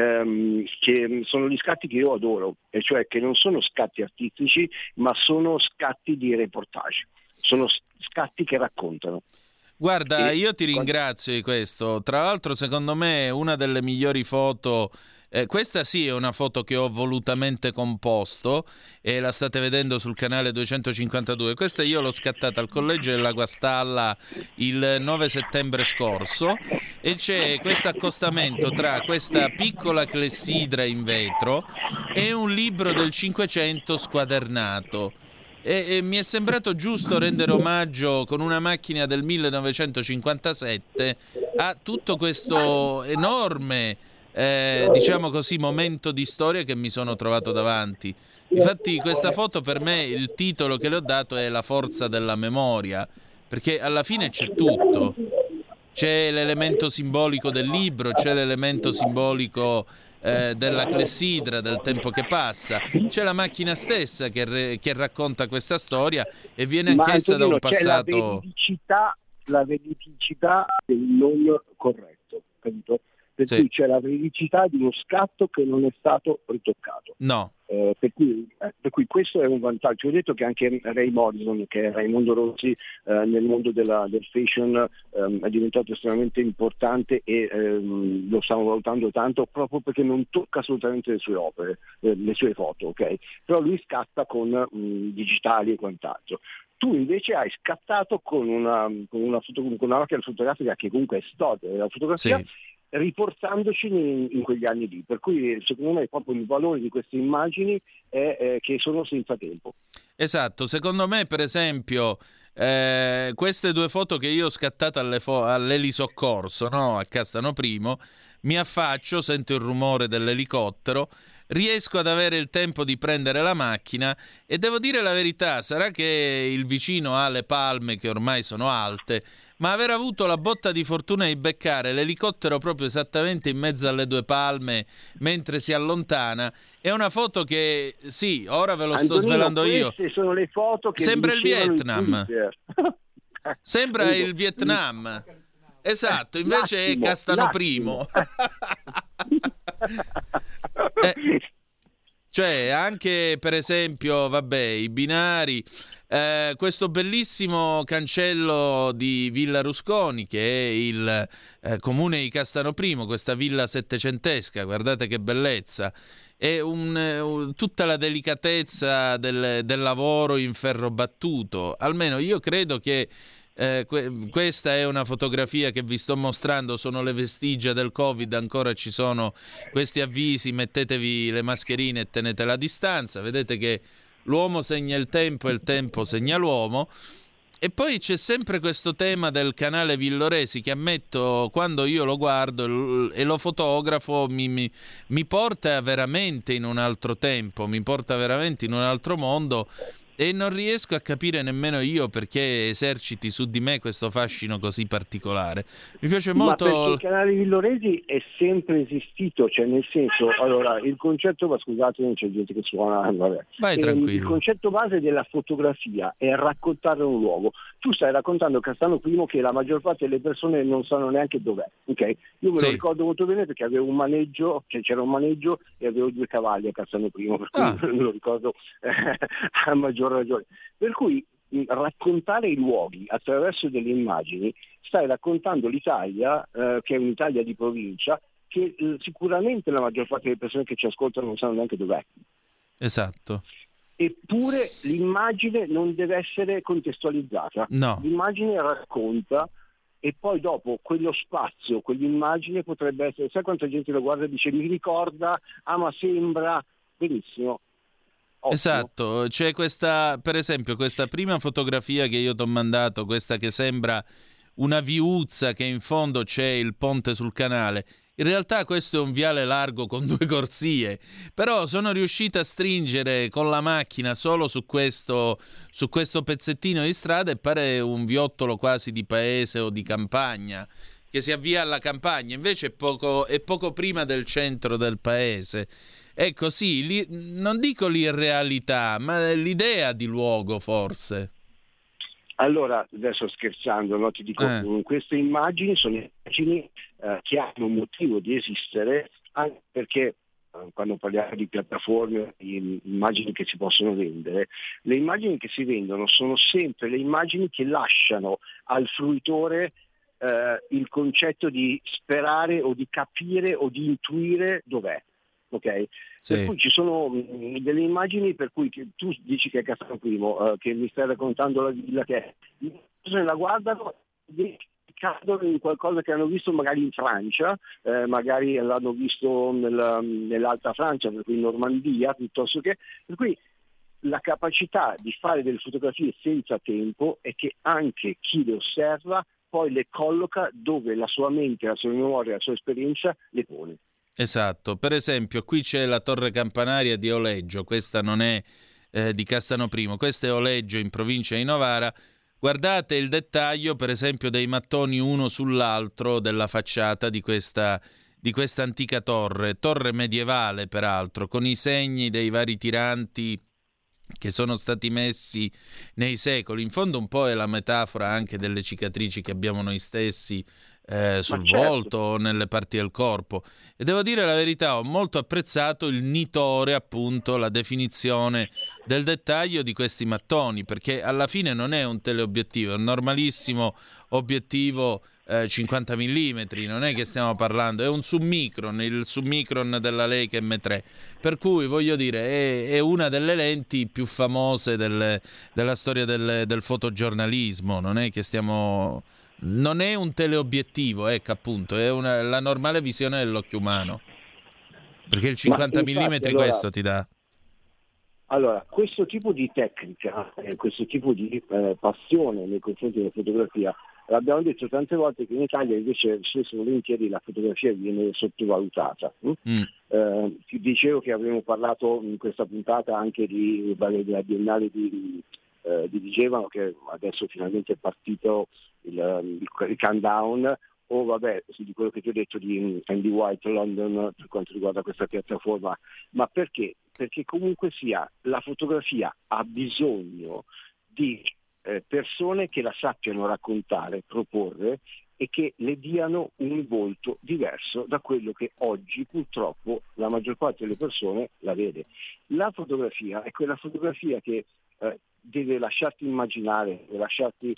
che sono gli scatti che io adoro, e cioè che non sono scatti artistici, ma sono scatti di reportage, sono scatti che raccontano. Guarda, io ti ringrazio di questo. Tra l'altro, secondo me, una delle migliori foto Questa sì è una foto che ho volutamente composto e la state vedendo sul canale 252. Questa io l'ho scattata al collegio della Guastalla il 9 settembre scorso e c'è questo accostamento tra questa piccola clessidra in vetro e un libro del Cinquecento squadernato. E mi è sembrato giusto rendere omaggio con una macchina del 1957 a tutto questo enorme diciamo così, momento di storia che mi sono trovato davanti. Infatti questa foto, per me, il titolo che le ho dato è La forza della memoria, perché alla fine c'è tutto. C'è l'elemento simbolico del libro, c'è l'elemento simbolico della clessidra, del tempo che passa, c'è la macchina stessa che racconta questa storia e viene anch'essa da un passato... C'è la veridicità del non corretto, capito? Per cui c'è la veridicità di uno scatto che non è stato ritoccato. No. Per cui questo è un vantaggio. Ho detto che anche Ray Morrison, che è Raimondo Rossi nel mondo del fashion, è diventato estremamente importante e lo stiamo valutando tanto proprio perché non tocca assolutamente le sue opere, le sue foto, ok? Però lui scatta con digitali e quant'altro. Tu invece hai scattato con una macchina fotografica che comunque è storia della fotografia, riportandoci in quegli anni lì, per cui secondo me proprio il valore di queste immagini è che sono senza tempo. Esatto, secondo me per esempio queste due foto che io ho scattato all'elisoccorso, no? A Castano Primo, mi affaccio, sento il rumore dell'elicottero, riesco ad avere il tempo di prendere la macchina e devo dire la verità, sarà che il vicino ha le palme che ormai sono alte, ma aver avuto la botta di fortuna di beccare l'elicottero proprio esattamente in mezzo alle due palme mentre si allontana è una foto che, sì, ora ve lo sto svelando io. Queste sono le foto che sembra il Vietnam. Sembra il Vietnam. Esatto, invece è Castano Primo. Cioè anche per esempio i binari, questo bellissimo cancello di Villa Rusconi che è il comune di Castano Primo, questa villa settecentesca, guardate che bellezza, è tutta la delicatezza del lavoro in ferro battuto. Almeno io credo che questa è una fotografia che vi sto mostrando, sono le vestigia del Covid, ancora ci sono questi avvisi, mettetevi le mascherine e tenete la distanza, vedete che l'uomo segna il tempo e il tempo segna l'uomo. E poi c'è sempre questo tema del canale Villoresi che, ammetto, quando io lo guardo e lo fotografo mi porta veramente in un altro tempo, mi porta veramente in un altro mondo. E non riesco a capire nemmeno io perché eserciti su di me questo fascino così particolare. Mi piace molto... Ma perché il canale Villoresi è sempre esistito, cioè nel senso, allora, il concetto, ma scusate, non c'è gente che suona, vabbè. Vai tranquillo. Il concetto base della fotografia è raccontare un luogo. Tu stai raccontando Castano Primo che la maggior parte delle persone non sanno neanche dov'è, ok? Io me lo ricordo molto bene perché avevo un maneggio, cioè c'era un maneggio e avevo 2 cavalli a Castano Primo, per cui me lo ricordo a maggior ragione. Per cui raccontare i luoghi attraverso delle immagini, stai raccontando l'Italia, che è un'Italia di provincia, che sicuramente la maggior parte delle persone che ci ascoltano non sanno neanche dov'è. Esatto. Eppure l'immagine non deve essere contestualizzata. No. L'immagine racconta e poi dopo quello spazio, quell'immagine potrebbe essere, sai quanta gente lo guarda e dice mi ricorda, ma sembra, benissimo. Ottimo. Esatto, c'è questa, per esempio, questa prima fotografia che io ti ho mandato, questa che sembra una viuzza che in fondo c'è il ponte sul canale. In realtà questo è un viale largo con 2 corsie, però sono riuscito a stringere con la macchina solo su questo pezzettino di strada e pare un viottolo quasi di paese o di campagna, che si avvia alla campagna, invece è poco prima del centro del paese. Ecco, sì, non dico l'irrealità, ma l'idea di luogo forse. Allora, adesso scherzando, no? Ti dico, queste immagini sono immagini che hanno un motivo di esistere, anche perché quando parliamo di piattaforme, di immagini che si possono vendere, le immagini che si vendono sono sempre le immagini che lasciano al fruitore il concetto di sperare o di capire o di intuire dov'è. ok? Sì. Per cui ci sono delle immagini per cui tu dici che è Cassano I, che mi stai raccontando la villa, che le persone la guardano e cadono in qualcosa che hanno visto magari in Francia, magari l'hanno visto nell'Alta Francia, per cui in Normandia, piuttosto che... Per cui la capacità di fare delle fotografie senza tempo è che anche chi le osserva poi le colloca dove la sua mente, la sua memoria, la sua esperienza le pone. Esatto, per esempio qui c'è la torre campanaria di Oleggio, questa non è di Castano I, questa è Oleggio in provincia di Novara. Guardate il dettaglio per esempio dei mattoni uno sull'altro della facciata di questa antica torre medievale peraltro, con i segni dei vari tiranti che sono stati messi nei secoli. In fondo un po' è la metafora anche delle cicatrici che abbiamo noi stessi sul volto o nelle parti del corpo. E devo dire la verità, ho molto apprezzato il nitore, appunto, la definizione del dettaglio di questi mattoni, perché alla fine non è un teleobiettivo, è un normalissimo obiettivo 50 mm, non è che stiamo parlando, è un submicron, il submicron della Leica M3, per cui voglio dire è una delle lenti più famose della storia del fotogiornalismo, non è che non è un teleobiettivo, ecco, appunto, è la normale visione dell'occhio umano, perché il 50 mm allora, questo ti dà. Allora, questo tipo di tecnica, questo tipo di passione nei confronti della fotografia, l'abbiamo detto tante volte che in Italia invece spesso volentieri la fotografia viene sottovalutata. Ti dicevo che avremmo parlato in questa puntata anche della Biennale di Vigevano, che adesso finalmente è partito il countdown, o di quello che ti ho detto di Andy White London per quanto riguarda questa piattaforma. Ma perché? Perché comunque sia la fotografia ha bisogno di persone che la sappiano raccontare, proporre e che le diano un volto diverso da quello che oggi purtroppo la maggior parte delle persone la vede. La fotografia è quella fotografia che deve lasciarti immaginare, deve lasciarti...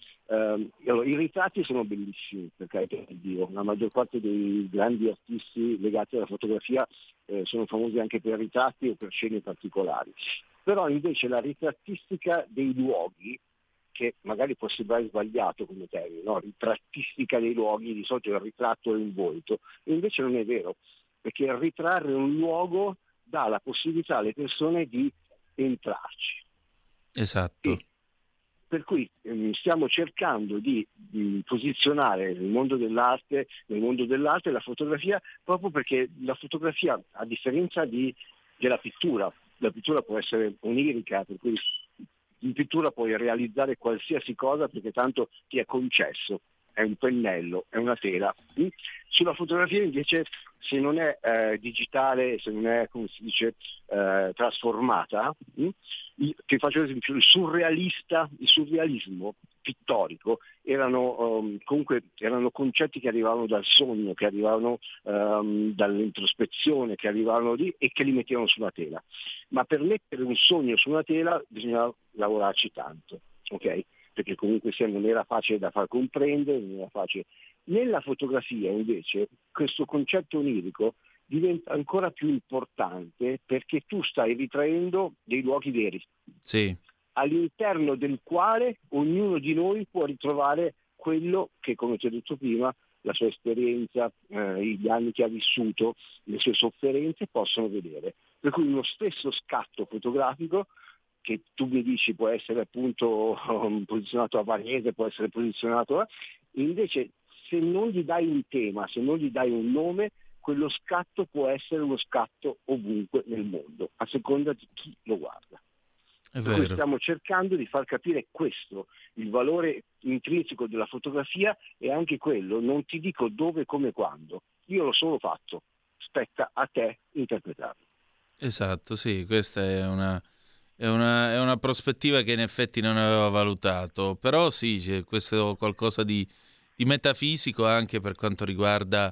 i ritratti sono bellissimi, per carità di Dio, la maggior parte dei grandi artisti legati alla fotografia sono famosi anche per ritratti o per scene particolari. Però invece la ritrattistica dei luoghi, che magari può sembrare sbagliato come termine, no? Ritrattistica dei luoghi, di solito il ritratto è un volto, e invece non è vero, perché ritrarre un luogo dà la possibilità alle persone di entrarci. Esatto. E per cui stiamo cercando di posizionare nel mondo dell'arte la fotografia, proprio perché la fotografia, a differenza della pittura, la pittura può essere onirica, per cui in pittura puoi realizzare qualsiasi cosa perché tanto ti è concesso, è un pennello, è una tela. Sulla fotografia invece, se non è digitale, se non è, come si dice, trasformata, ti faccio l'esempio, il surrealismo pittorico erano concetti che arrivavano dal sogno, che arrivavano dall'introspezione, che arrivavano lì e che li mettevano sulla tela. Ma per mettere un sogno su una tela bisogna lavorarci tanto, ok? Perché comunque non era facile da far comprendere, non era facile. Nella fotografia invece questo concetto onirico diventa ancora più importante perché tu stai ritraendo dei luoghi veri. Sì. All'interno del quale ognuno di noi può ritrovare quello che, come ti ho detto prima, la sua esperienza, gli anni che ha vissuto, le sue sofferenze possono vedere. Per cui uno stesso scatto fotografico, che tu mi dici può essere appunto posizionato a Varese, può essere posizionato invece se non gli dai un tema, se non gli dai un nome, quello scatto può essere uno scatto ovunque nel mondo, a seconda di chi lo guarda. È Per cui vero. stiamo cercando di far capire questo, il valore intrinseco della fotografia è anche quello, non ti dico dove, come, quando, io l'ho solo fatto, spetta a te interpretarlo. Esatto, sì, questa è una prospettiva che in effetti non avevo valutato, però sì, c'è questo qualcosa di metafisico anche per quanto riguarda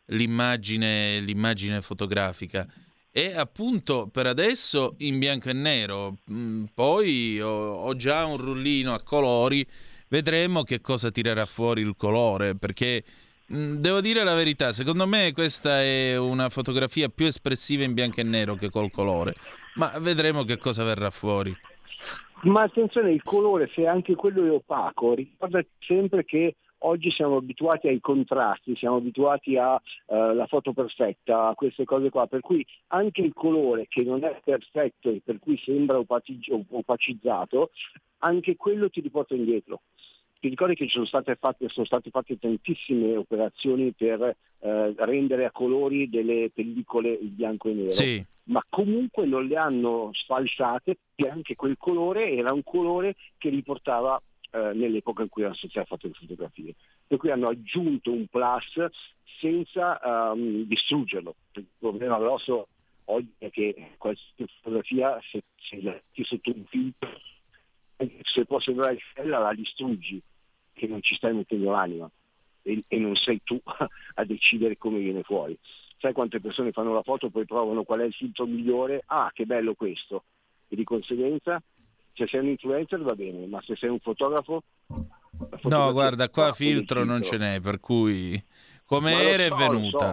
l'immagine fotografica. E appunto per adesso in bianco e nero, poi ho già un rullino a colori, vedremo che cosa tirerà fuori il colore, perché Devo dire la verità, secondo me questa è una fotografia più espressiva in bianco e nero che col colore, ma vedremo che cosa verrà fuori. Ma attenzione, il colore, se anche quello è opaco, ricorda sempre che oggi siamo abituati ai contrasti, siamo abituati alla foto perfetta, a queste cose qua, per cui anche il colore che non è perfetto e per cui sembra opacizzato, anche quello ti riporta indietro. Ti ricordi che sono state fatte tantissime operazioni per rendere a colori delle pellicole in bianco e nero, sì, ma comunque non le hanno sfalsate, e anche quel colore era un colore che riportava nell'epoca in cui erano state fatte le fotografie. Per cui hanno aggiunto un plus senza distruggerlo. Il problema grosso oggi è che qualsiasi fotografia, se la metti sotto un filtro, se può sembrare bella, la distruggi, che non ci stai mettendo l'anima e non sei tu a decidere come viene fuori. Sai quante persone fanno la foto, poi provano qual è il filtro migliore, che bello questo, e di conseguenza se sei un influencer va bene, ma se sei un fotografo... No, guarda, qua filtro non ce n'è, per cui come era è venuta.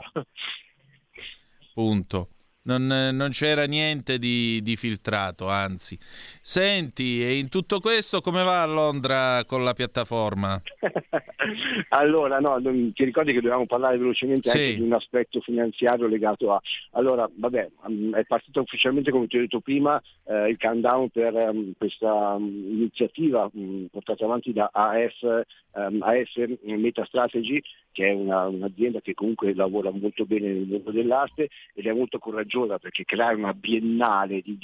Punto. Non c'era niente di filtrato, anzi. Senti, e in tutto questo come va a Londra con la piattaforma? Allora, no, ti ricordi che dovevamo parlare velocemente anche di un aspetto finanziario legato a... Allora, vabbè, è partito ufficialmente, come ti ho detto prima, il countdown per questa iniziativa portata avanti da AF MetaStrategy, che è un'azienda che comunque lavora molto bene nel mondo dell'arte ed è molto coraggiosa, perché creare una biennale di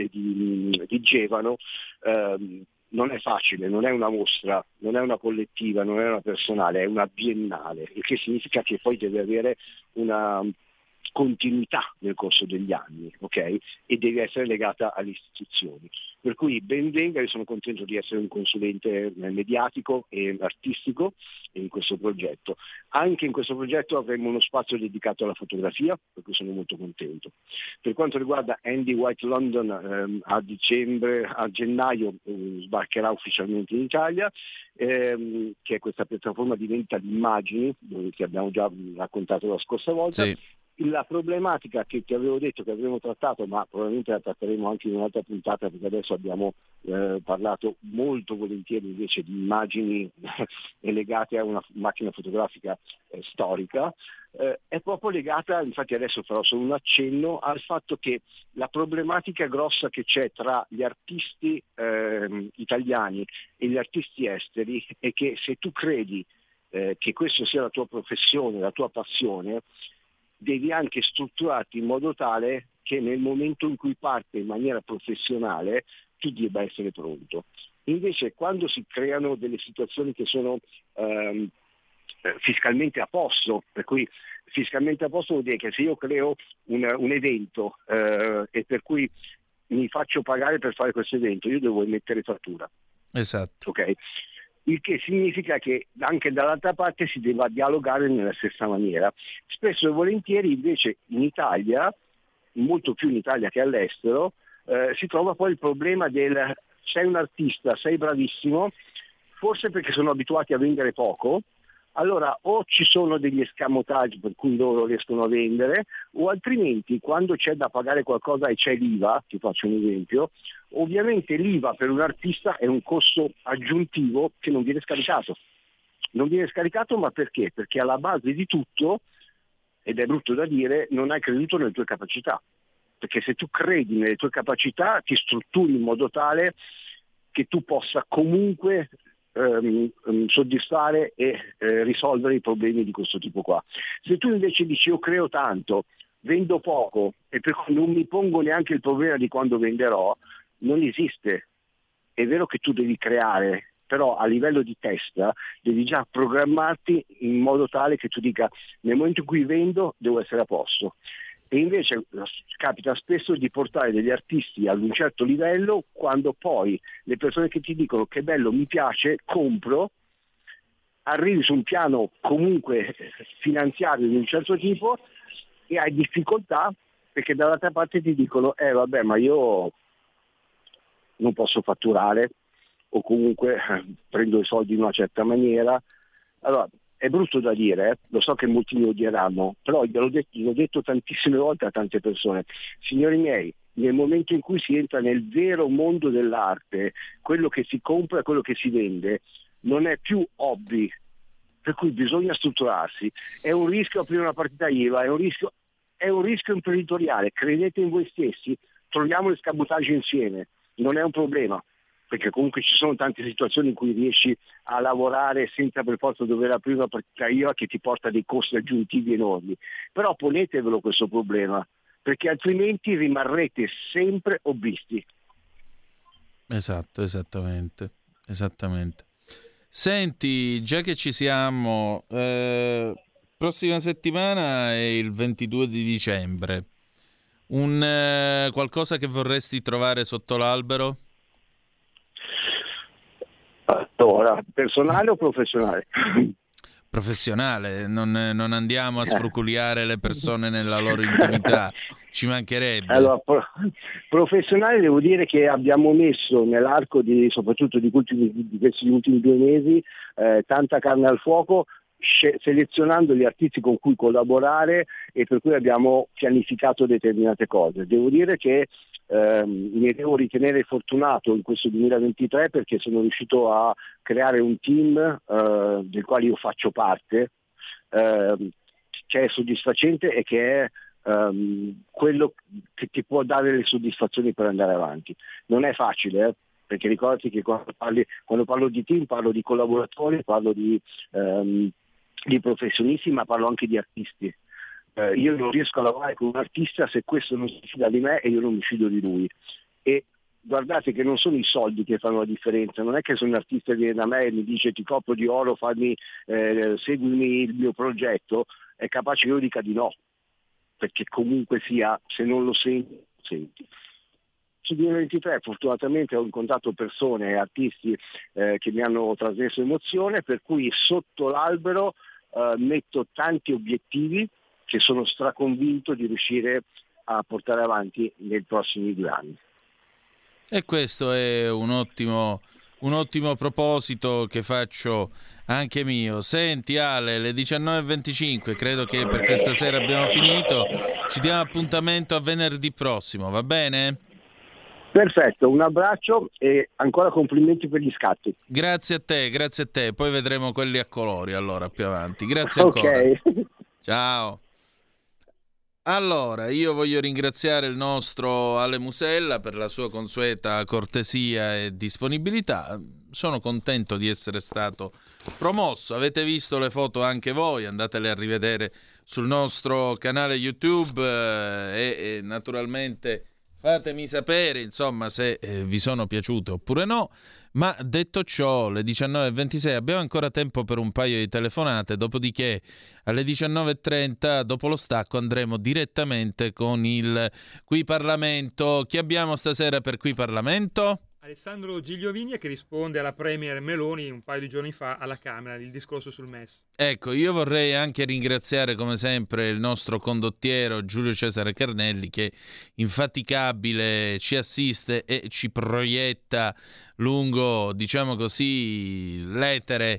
Gevano non è facile, non è una mostra, non è una collettiva, non è una personale, è una biennale, il che significa che poi deve avere una continuità nel corso degli anni, ok? E deve essere legata alle istituzioni. Per cui ben venga, io sono contento di essere un consulente mediatico e artistico in questo progetto. Anche in questo progetto avremo uno spazio dedicato alla fotografia, per cui sono molto contento. Per quanto riguarda Andy White London, a gennaio sbarcherà ufficialmente in Italia, che è questa piattaforma di vendita di immagini, che abbiamo già raccontato la scorsa volta. Sì. La problematica che ti avevo detto che avremmo trattato, ma probabilmente la tratteremo anche in un'altra puntata, perché adesso abbiamo parlato molto volentieri invece di immagini legate a una macchina fotografica storica, è proprio legata, infatti adesso farò solo un accenno, al fatto che la problematica grossa che c'è tra gli artisti italiani e gli artisti esteri è che se tu credi che questo sia la tua professione, la tua passione, devi anche strutturarti in modo tale che nel momento in cui parte in maniera professionale tu debba essere pronto. Invece quando si creano delle situazioni che sono fiscalmente a posto, per cui fiscalmente a posto vuol dire che se io creo un evento e per cui mi faccio pagare per fare questo evento, io devo emettere fattura. Esatto. Ok? Il che significa che anche dall'altra parte si deve dialogare nella stessa maniera. Spesso e volentieri invece in Italia, molto più in Italia che all'estero, si trova poi il problema del sei un artista, sei bravissimo, forse perché sono abituati a vendere poco, allora o ci sono degli escamotage per cui loro riescono a vendere, o altrimenti quando c'è da pagare qualcosa e c'è l'IVA, ti faccio un esempio, ovviamente l'IVA per un artista è un costo aggiuntivo che non viene scaricato. Non viene scaricato, ma perché? Perché alla base di tutto, ed è brutto da dire, non hai creduto nelle tue capacità. Perché se tu credi nelle tue capacità ti strutturi in modo tale che tu possa comunque soddisfare e risolvere i problemi di questo tipo qua. Se tu invece dici io creo tanto, vendo poco e per cui non mi pongo neanche il problema di quando venderò, non esiste. È vero che tu devi creare, però a livello di testa devi già programmarti in modo tale che tu dica nel momento in cui vendo devo essere a posto. E invece capita spesso di portare degli artisti ad un certo livello, quando poi le persone che ti dicono che bello, mi piace, compro, arrivi su un piano comunque finanziario di un certo tipo e hai difficoltà perché dall'altra parte ti dicono vabbè, ma io non posso fatturare o comunque prendo i soldi in una certa maniera. Allora è brutto da dire, lo so che molti mi odieranno, però l'ho detto tantissime volte a tante persone. Signori miei, nel momento in cui si entra nel vero mondo dell'arte, quello che si compra e quello che si vende non è più hobby, per cui bisogna strutturarsi. È un rischio aprire una partita IVA, è un rischio imprenditoriale. Credete in voi stessi, troviamo l'escabotage insieme, non è un problema, perché comunque ci sono tante situazioni in cui riesci a lavorare senza per forza dover aprire una partita IVA che ti porta dei costi aggiuntivi enormi. Però ponetevelo questo problema, perché altrimenti rimarrete sempre hobbisti. Esatto, esattamente. Senti, già che ci siamo, prossima settimana è il 22 di dicembre. Qualcosa che vorresti trovare sotto l'albero? Allora, personale o professionale? Professionale, non andiamo a sfruculiare le persone nella loro intimità, ci mancherebbe. Allora, professionale devo dire che abbiamo messo nell'arco soprattutto di questi ultimi 2 mesi tanta carne al fuoco, selezionando gli artisti con cui collaborare, e per cui abbiamo pianificato determinate cose. Devo dire che mi devo ritenere fortunato in questo 2023 perché sono riuscito a creare un team del quale io faccio parte, che è soddisfacente e che è quello che ti può dare le soddisfazioni per andare avanti. Non è facile, perché ricordati che quando parlo di team parlo di collaboratori, parlo di professionisti, ma parlo anche di artisti. Io non riesco a lavorare con un artista se questo non si fida di me e io non mi fido di lui. E guardate che non sono i soldi che fanno la differenza, non è che se un artista viene da me e mi dice ti copro di oro, seguimi il mio progetto, è capace che io dica di no, perché comunque sia, se non lo senti. Sul 2023 fortunatamente ho incontrato persone, artisti che mi hanno trasmesso emozione, per cui sotto l'albero metto tanti obiettivi che sono straconvinto di riuscire a portare avanti nei prossimi 2 anni. E questo è un ottimo proposito che faccio anche mio. Senti Ale, le 19:25, credo che per questa sera abbiamo finito, ci diamo appuntamento a venerdì prossimo, va bene? Perfetto, un abbraccio e ancora complimenti per gli scatti. Grazie a te, poi vedremo quelli a colori allora più avanti. Grazie ancora. Ok. Ciao. Allora, io voglio ringraziare il nostro Ale Musella per la sua consueta cortesia e disponibilità. Sono contento di essere stato promosso. Avete visto le foto anche voi, andatele a rivedere sul nostro canale YouTube e naturalmente fatemi sapere, insomma, se vi sono piaciute oppure no. Ma detto ciò, le 19:26 abbiamo ancora tempo per un paio di telefonate, dopodiché alle 19:30, dopo lo stacco, andremo direttamente con il Qui Parlamento. Chi abbiamo stasera per Qui Parlamento? Alessandro Gigliovigna, che risponde alla Premier Meloni un paio di giorni fa alla Camera, il discorso sul MES. Ecco, io vorrei anche ringraziare come sempre il nostro condottiero Giulio Cesare Carnelli, che infaticabile ci assiste e ci proietta lungo, diciamo così, l'etere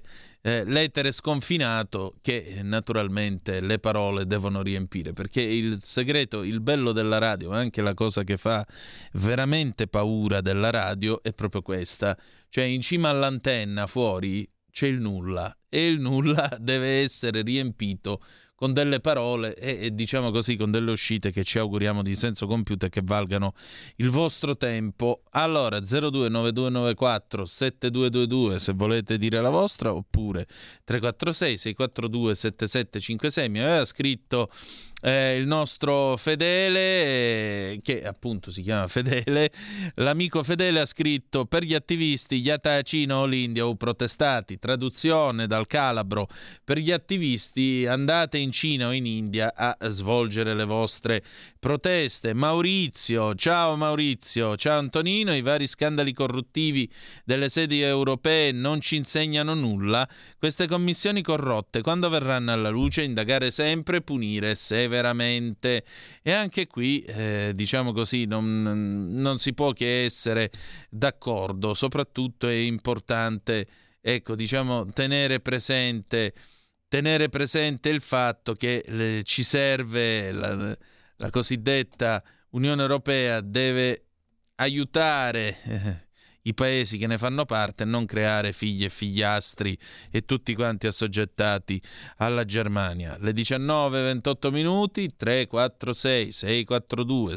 sconfinato che naturalmente le parole devono riempire, perché il segreto, il bello della radio, anche la cosa che fa veramente paura della radio è proprio questa, cioè in cima all'antenna fuori c'è il nulla e il nulla deve essere riempito con delle parole e diciamo così con delle uscite che ci auguriamo di senso compiuto e che valgano il vostro tempo. Allora 029294 7222 se volete dire la vostra, oppure 346 642 7756. Mi aveva scritto il nostro Fedele, che appunto si chiama Fedele, l'amico Fedele ha scritto: per gli attivisti gli ataci in l'India o protestati, traduzione dal calabro, per gli attivisti andate in Cina o in India a svolgere le vostre proteste. Maurizio, ciao Antonino, i vari scandali corruttivi delle sedi europee non ci insegnano nulla, queste commissioni corrotte quando verranno alla luce indagare sempre, punire severamente. E anche qui diciamo così non si può che essere d'accordo. Soprattutto è importante, ecco, diciamo, tenere presente tenere presente il fatto che ci serve la cosiddetta Unione Europea, deve aiutare i paesi che ne fanno parte e non creare figli e figliastri e tutti quanti assoggettati alla Germania. Le 19:28 minuti, 346 642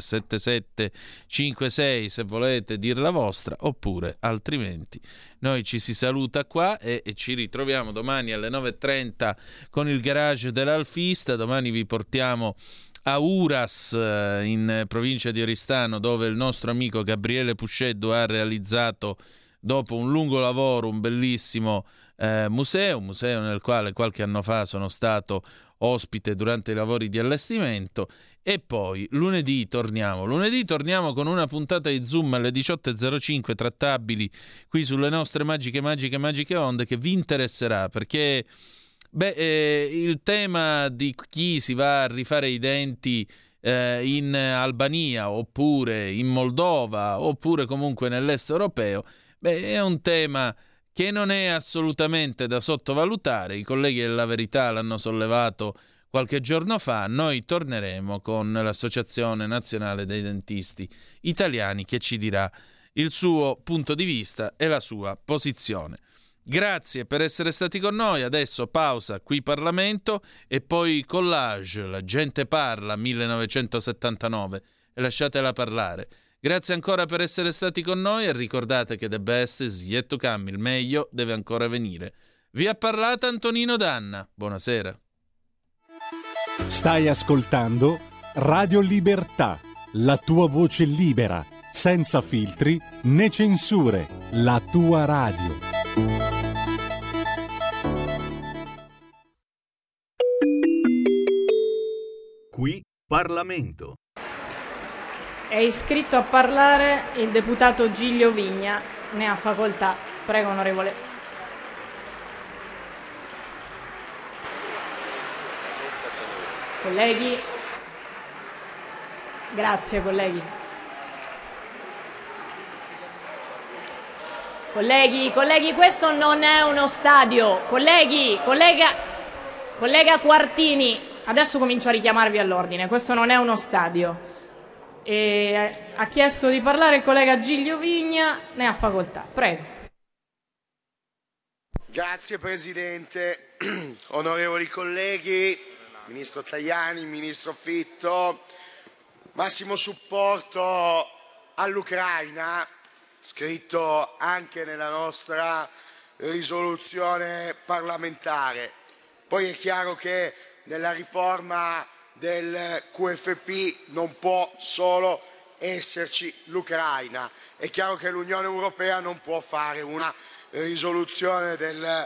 7756 se volete dir la vostra, oppure altrimenti noi ci si saluta qua e ci ritroviamo domani alle 9:30 con il garage dell'Alfista. Domani vi portiamo a Uras, in provincia di Oristano, dove il nostro amico Gabriele Pusceddu ha realizzato, dopo un lungo lavoro, un bellissimo museo nel quale qualche anno fa sono stato ospite durante i lavori di allestimento. E poi lunedì torniamo con una puntata di Zoom alle 18:05 trattabili qui sulle nostre magiche onde, che vi interesserà, perché il tema di chi si va a rifare i denti in Albania oppure in Moldova oppure comunque nell'est europeo, è un tema che non è assolutamente da sottovalutare. I colleghi della Verità l'hanno sollevato qualche giorno fa. Noi torneremo con l'Associazione Nazionale dei Dentisti Italiani, che ci dirà il suo punto di vista e la sua posizione. Grazie per essere stati con noi. Adesso pausa qui Parlamento e poi Collage, La gente parla 1979, e lasciatela parlare. Grazie ancora per essere stati con noi e ricordate che the best is yet to come, il meglio deve ancora venire. Vi ha parlato Antonino Danna. Buonasera. Stai ascoltando Radio Libertà, la tua voce libera, senza filtri né censure, la tua radio. Qui Parlamento. È iscritto a parlare il deputato Giglio Vigna. Ne ha facoltà. Prego, onorevole. Colleghi. Grazie, colleghi. Colleghi, questo non è uno stadio. Collega Quartini, adesso comincio a richiamarvi all'ordine. Questo non è uno stadio. Ha chiesto di parlare il collega Giglio Vigna, ne ha facoltà. Prego. Grazie Presidente, onorevoli colleghi, Ministro Tajani, Ministro Fitto, massimo supporto all'Ucraina, scritto anche nella nostra risoluzione parlamentare. Poi è chiaro che nella riforma del QFP non può solo esserci l'Ucraina. È chiaro che l'Unione Europea non può fare una risoluzione del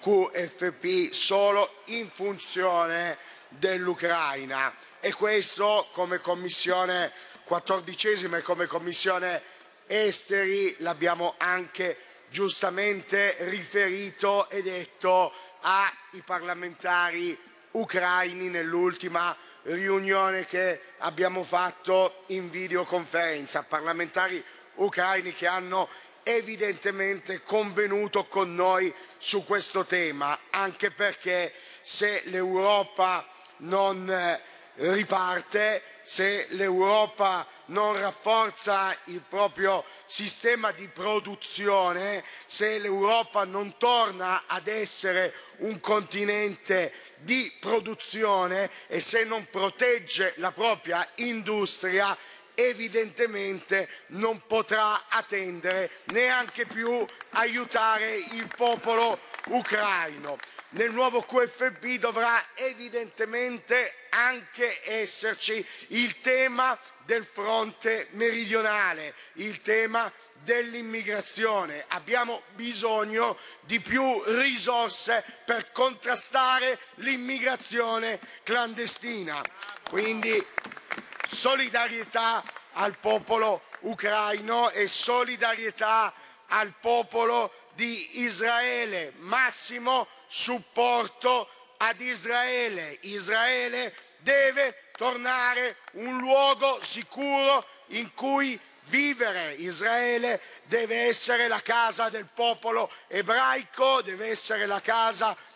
QFP solo in funzione dell'Ucraina, e questo come Commissione 14ª e come Commissione Esteri l'abbiamo anche giustamente riferito e detto ai parlamentari ucraini nell'ultima riunione che abbiamo fatto in videoconferenza, parlamentari ucraini che hanno evidentemente convenuto con noi su questo tema, anche perché se l'Europa non riparte, se l'Europa non rafforza il proprio sistema di produzione, se l'Europa non torna ad essere un continente di produzione e se non protegge la propria industria, evidentemente non potrà attendere neanche più aiutare il popolo ucraino. Nel nuovo QFP dovrà evidentemente anche esserci il tema del fronte meridionale, il tema dell'immigrazione. Abbiamo bisogno di più risorse per contrastare l'immigrazione clandestina. Quindi solidarietà al popolo ucraino e solidarietà al popolo di Israele, massimo supporto ad Israele. Israele deve tornare un luogo sicuro in cui vivere. Israele deve essere la casa del popolo ebraico, deve essere la casa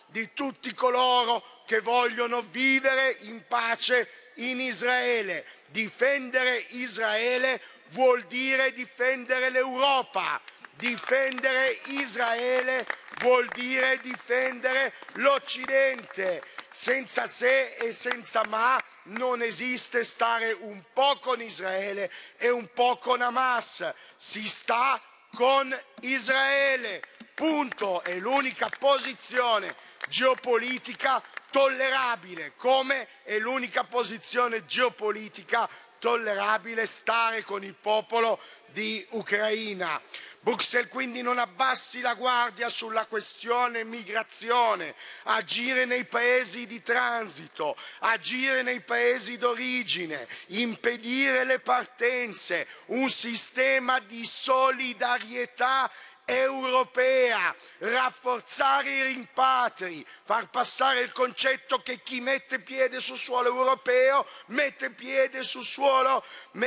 di tutti coloro che vogliono vivere in pace in Israele. Difendere Israele vuol dire difendere l'Europa. Difendere Israele vuol dire difendere l'Occidente. Senza se e senza ma non esiste stare un po' con Israele e un po' con Hamas. Si sta con Israele. Punto. È l'unica posizione geopolitica tollerabile, come è l'unica posizione geopolitica tollerabile stare con il popolo di Ucraina. Bruxelles quindi non abbassi la guardia sulla questione migrazione, agire nei paesi di transito, agire nei paesi d'origine, impedire le partenze, un sistema di solidarietà europea, rafforzare i rimpatri, far passare il concetto che chi mette piede sul suolo europeo mette piede sul suolo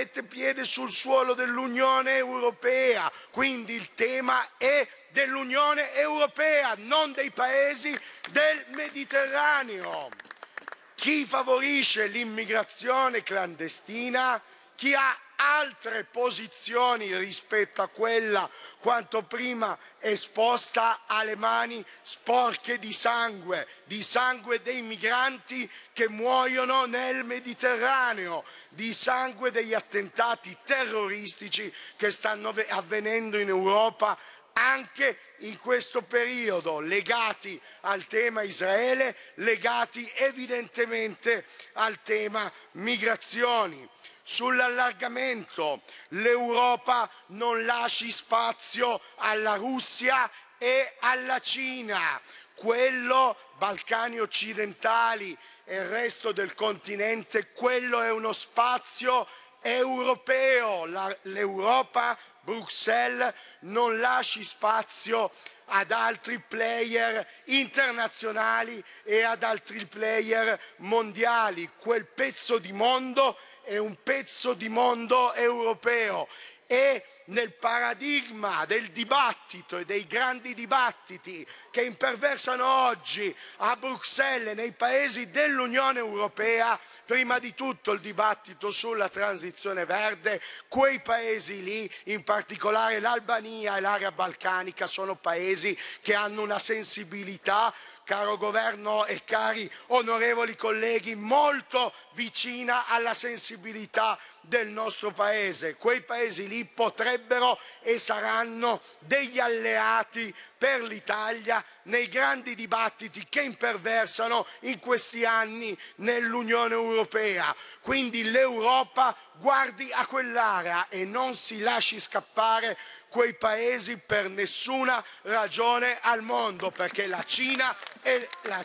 dell'Unione Europea. Quindi il tema è dell'Unione Europea, non dei paesi del Mediterraneo. Chi favorisce l'immigrazione clandestina, chi ha altre posizioni rispetto a quella quanto prima esposta, alle mani sporche di sangue dei migranti che muoiono nel Mediterraneo, di sangue degli attentati terroristici che stanno avvenendo in Europa anche in questo periodo, legati al tema Israele, legati evidentemente al tema migrazioni. Sull'allargamento, l'Europa non lasci spazio alla Russia e alla Cina. Quello, Balcani occidentali e il resto del continente, quello è uno spazio europeo. L'Europa, Bruxelles, non lasci spazio ad altri player internazionali e ad altri player mondiali. Quel pezzo di mondo è un pezzo di mondo europeo e nel paradigma del dibattito e dei grandi dibattiti che imperversano oggi a Bruxelles, nei paesi dell'Unione Europea, prima di tutto il dibattito sulla transizione verde, quei paesi lì, in particolare l'Albania e l'area balcanica, sono paesi che hanno una sensibilità, caro governo e cari onorevoli colleghi, molto vicina alla sensibilità del nostro paese. Quei paesi lì potrebbero e saranno degli alleati per l'Italia nei grandi dibattiti che imperversano in questi anni nell'Unione Europea. Quindi l'Europa guardi a quell'area e non si lasci scappare quei paesi per nessuna ragione al mondo, perché la Cina e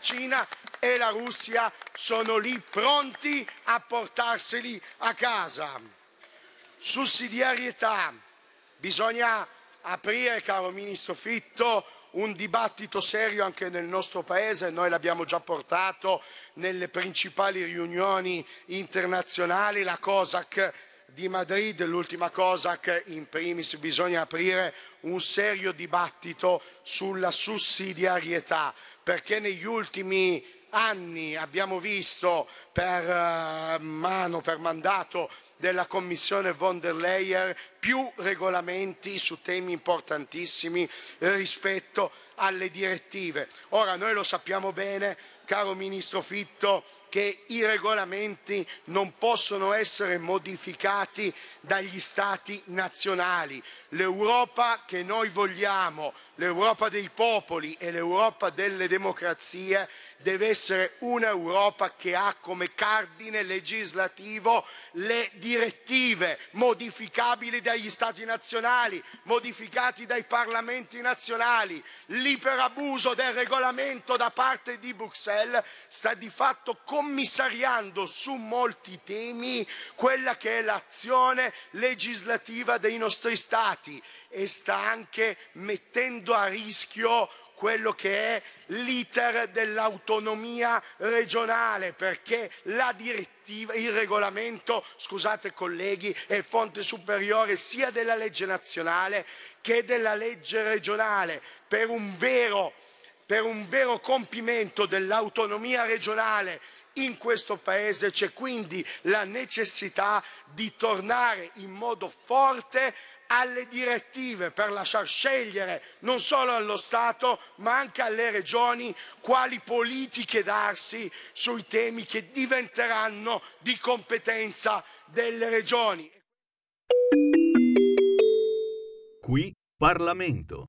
la Russia sono lì pronti a portarseli a casa. Sussidiarietà. Bisogna aprire, caro Ministro Fitto, un dibattito serio anche nel nostro Paese. Noi l'abbiamo già portato nelle principali riunioni internazionali, la COSAC di Madrid, l'ultima COSAC in primis. Bisogna aprire un serio dibattito sulla sussidiarietà, perché negli ultimi anni abbiamo visto per mandato della Commissione von der Leyen più regolamenti su temi importantissimi rispetto alle direttive. Ora noi lo sappiamo bene, caro Ministro Fitto, che i regolamenti non possono essere modificati dagli Stati nazionali. L'Europa che noi vogliamo, l'Europa dei popoli e l'Europa delle democrazie, deve essere un'Europa che ha come cardine legislativo le direttive modificabili dagli Stati nazionali, modificati dai parlamenti nazionali. L'iperabuso del regolamento da parte di Bruxelles sta di fatto commissariando su molti temi quella che è l'azione legislativa dei nostri Stati e sta anche mettendo a rischio quello che è l'iter dell'autonomia regionale, perché la direttiva, il regolamento, scusate colleghi, è fonte superiore sia della legge nazionale che della legge regionale. Per un vero per un vero compimento dell'autonomia regionale in questo Paese. C'è quindi la necessità di tornare in modo forte alle direttive per lasciar scegliere non solo allo Stato ma anche alle regioni quali politiche darsi sui temi che diventeranno di competenza delle regioni. Qui Parlamento.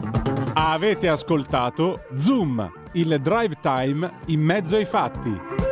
Avete ascoltato Zoom, il drive time in mezzo ai fatti.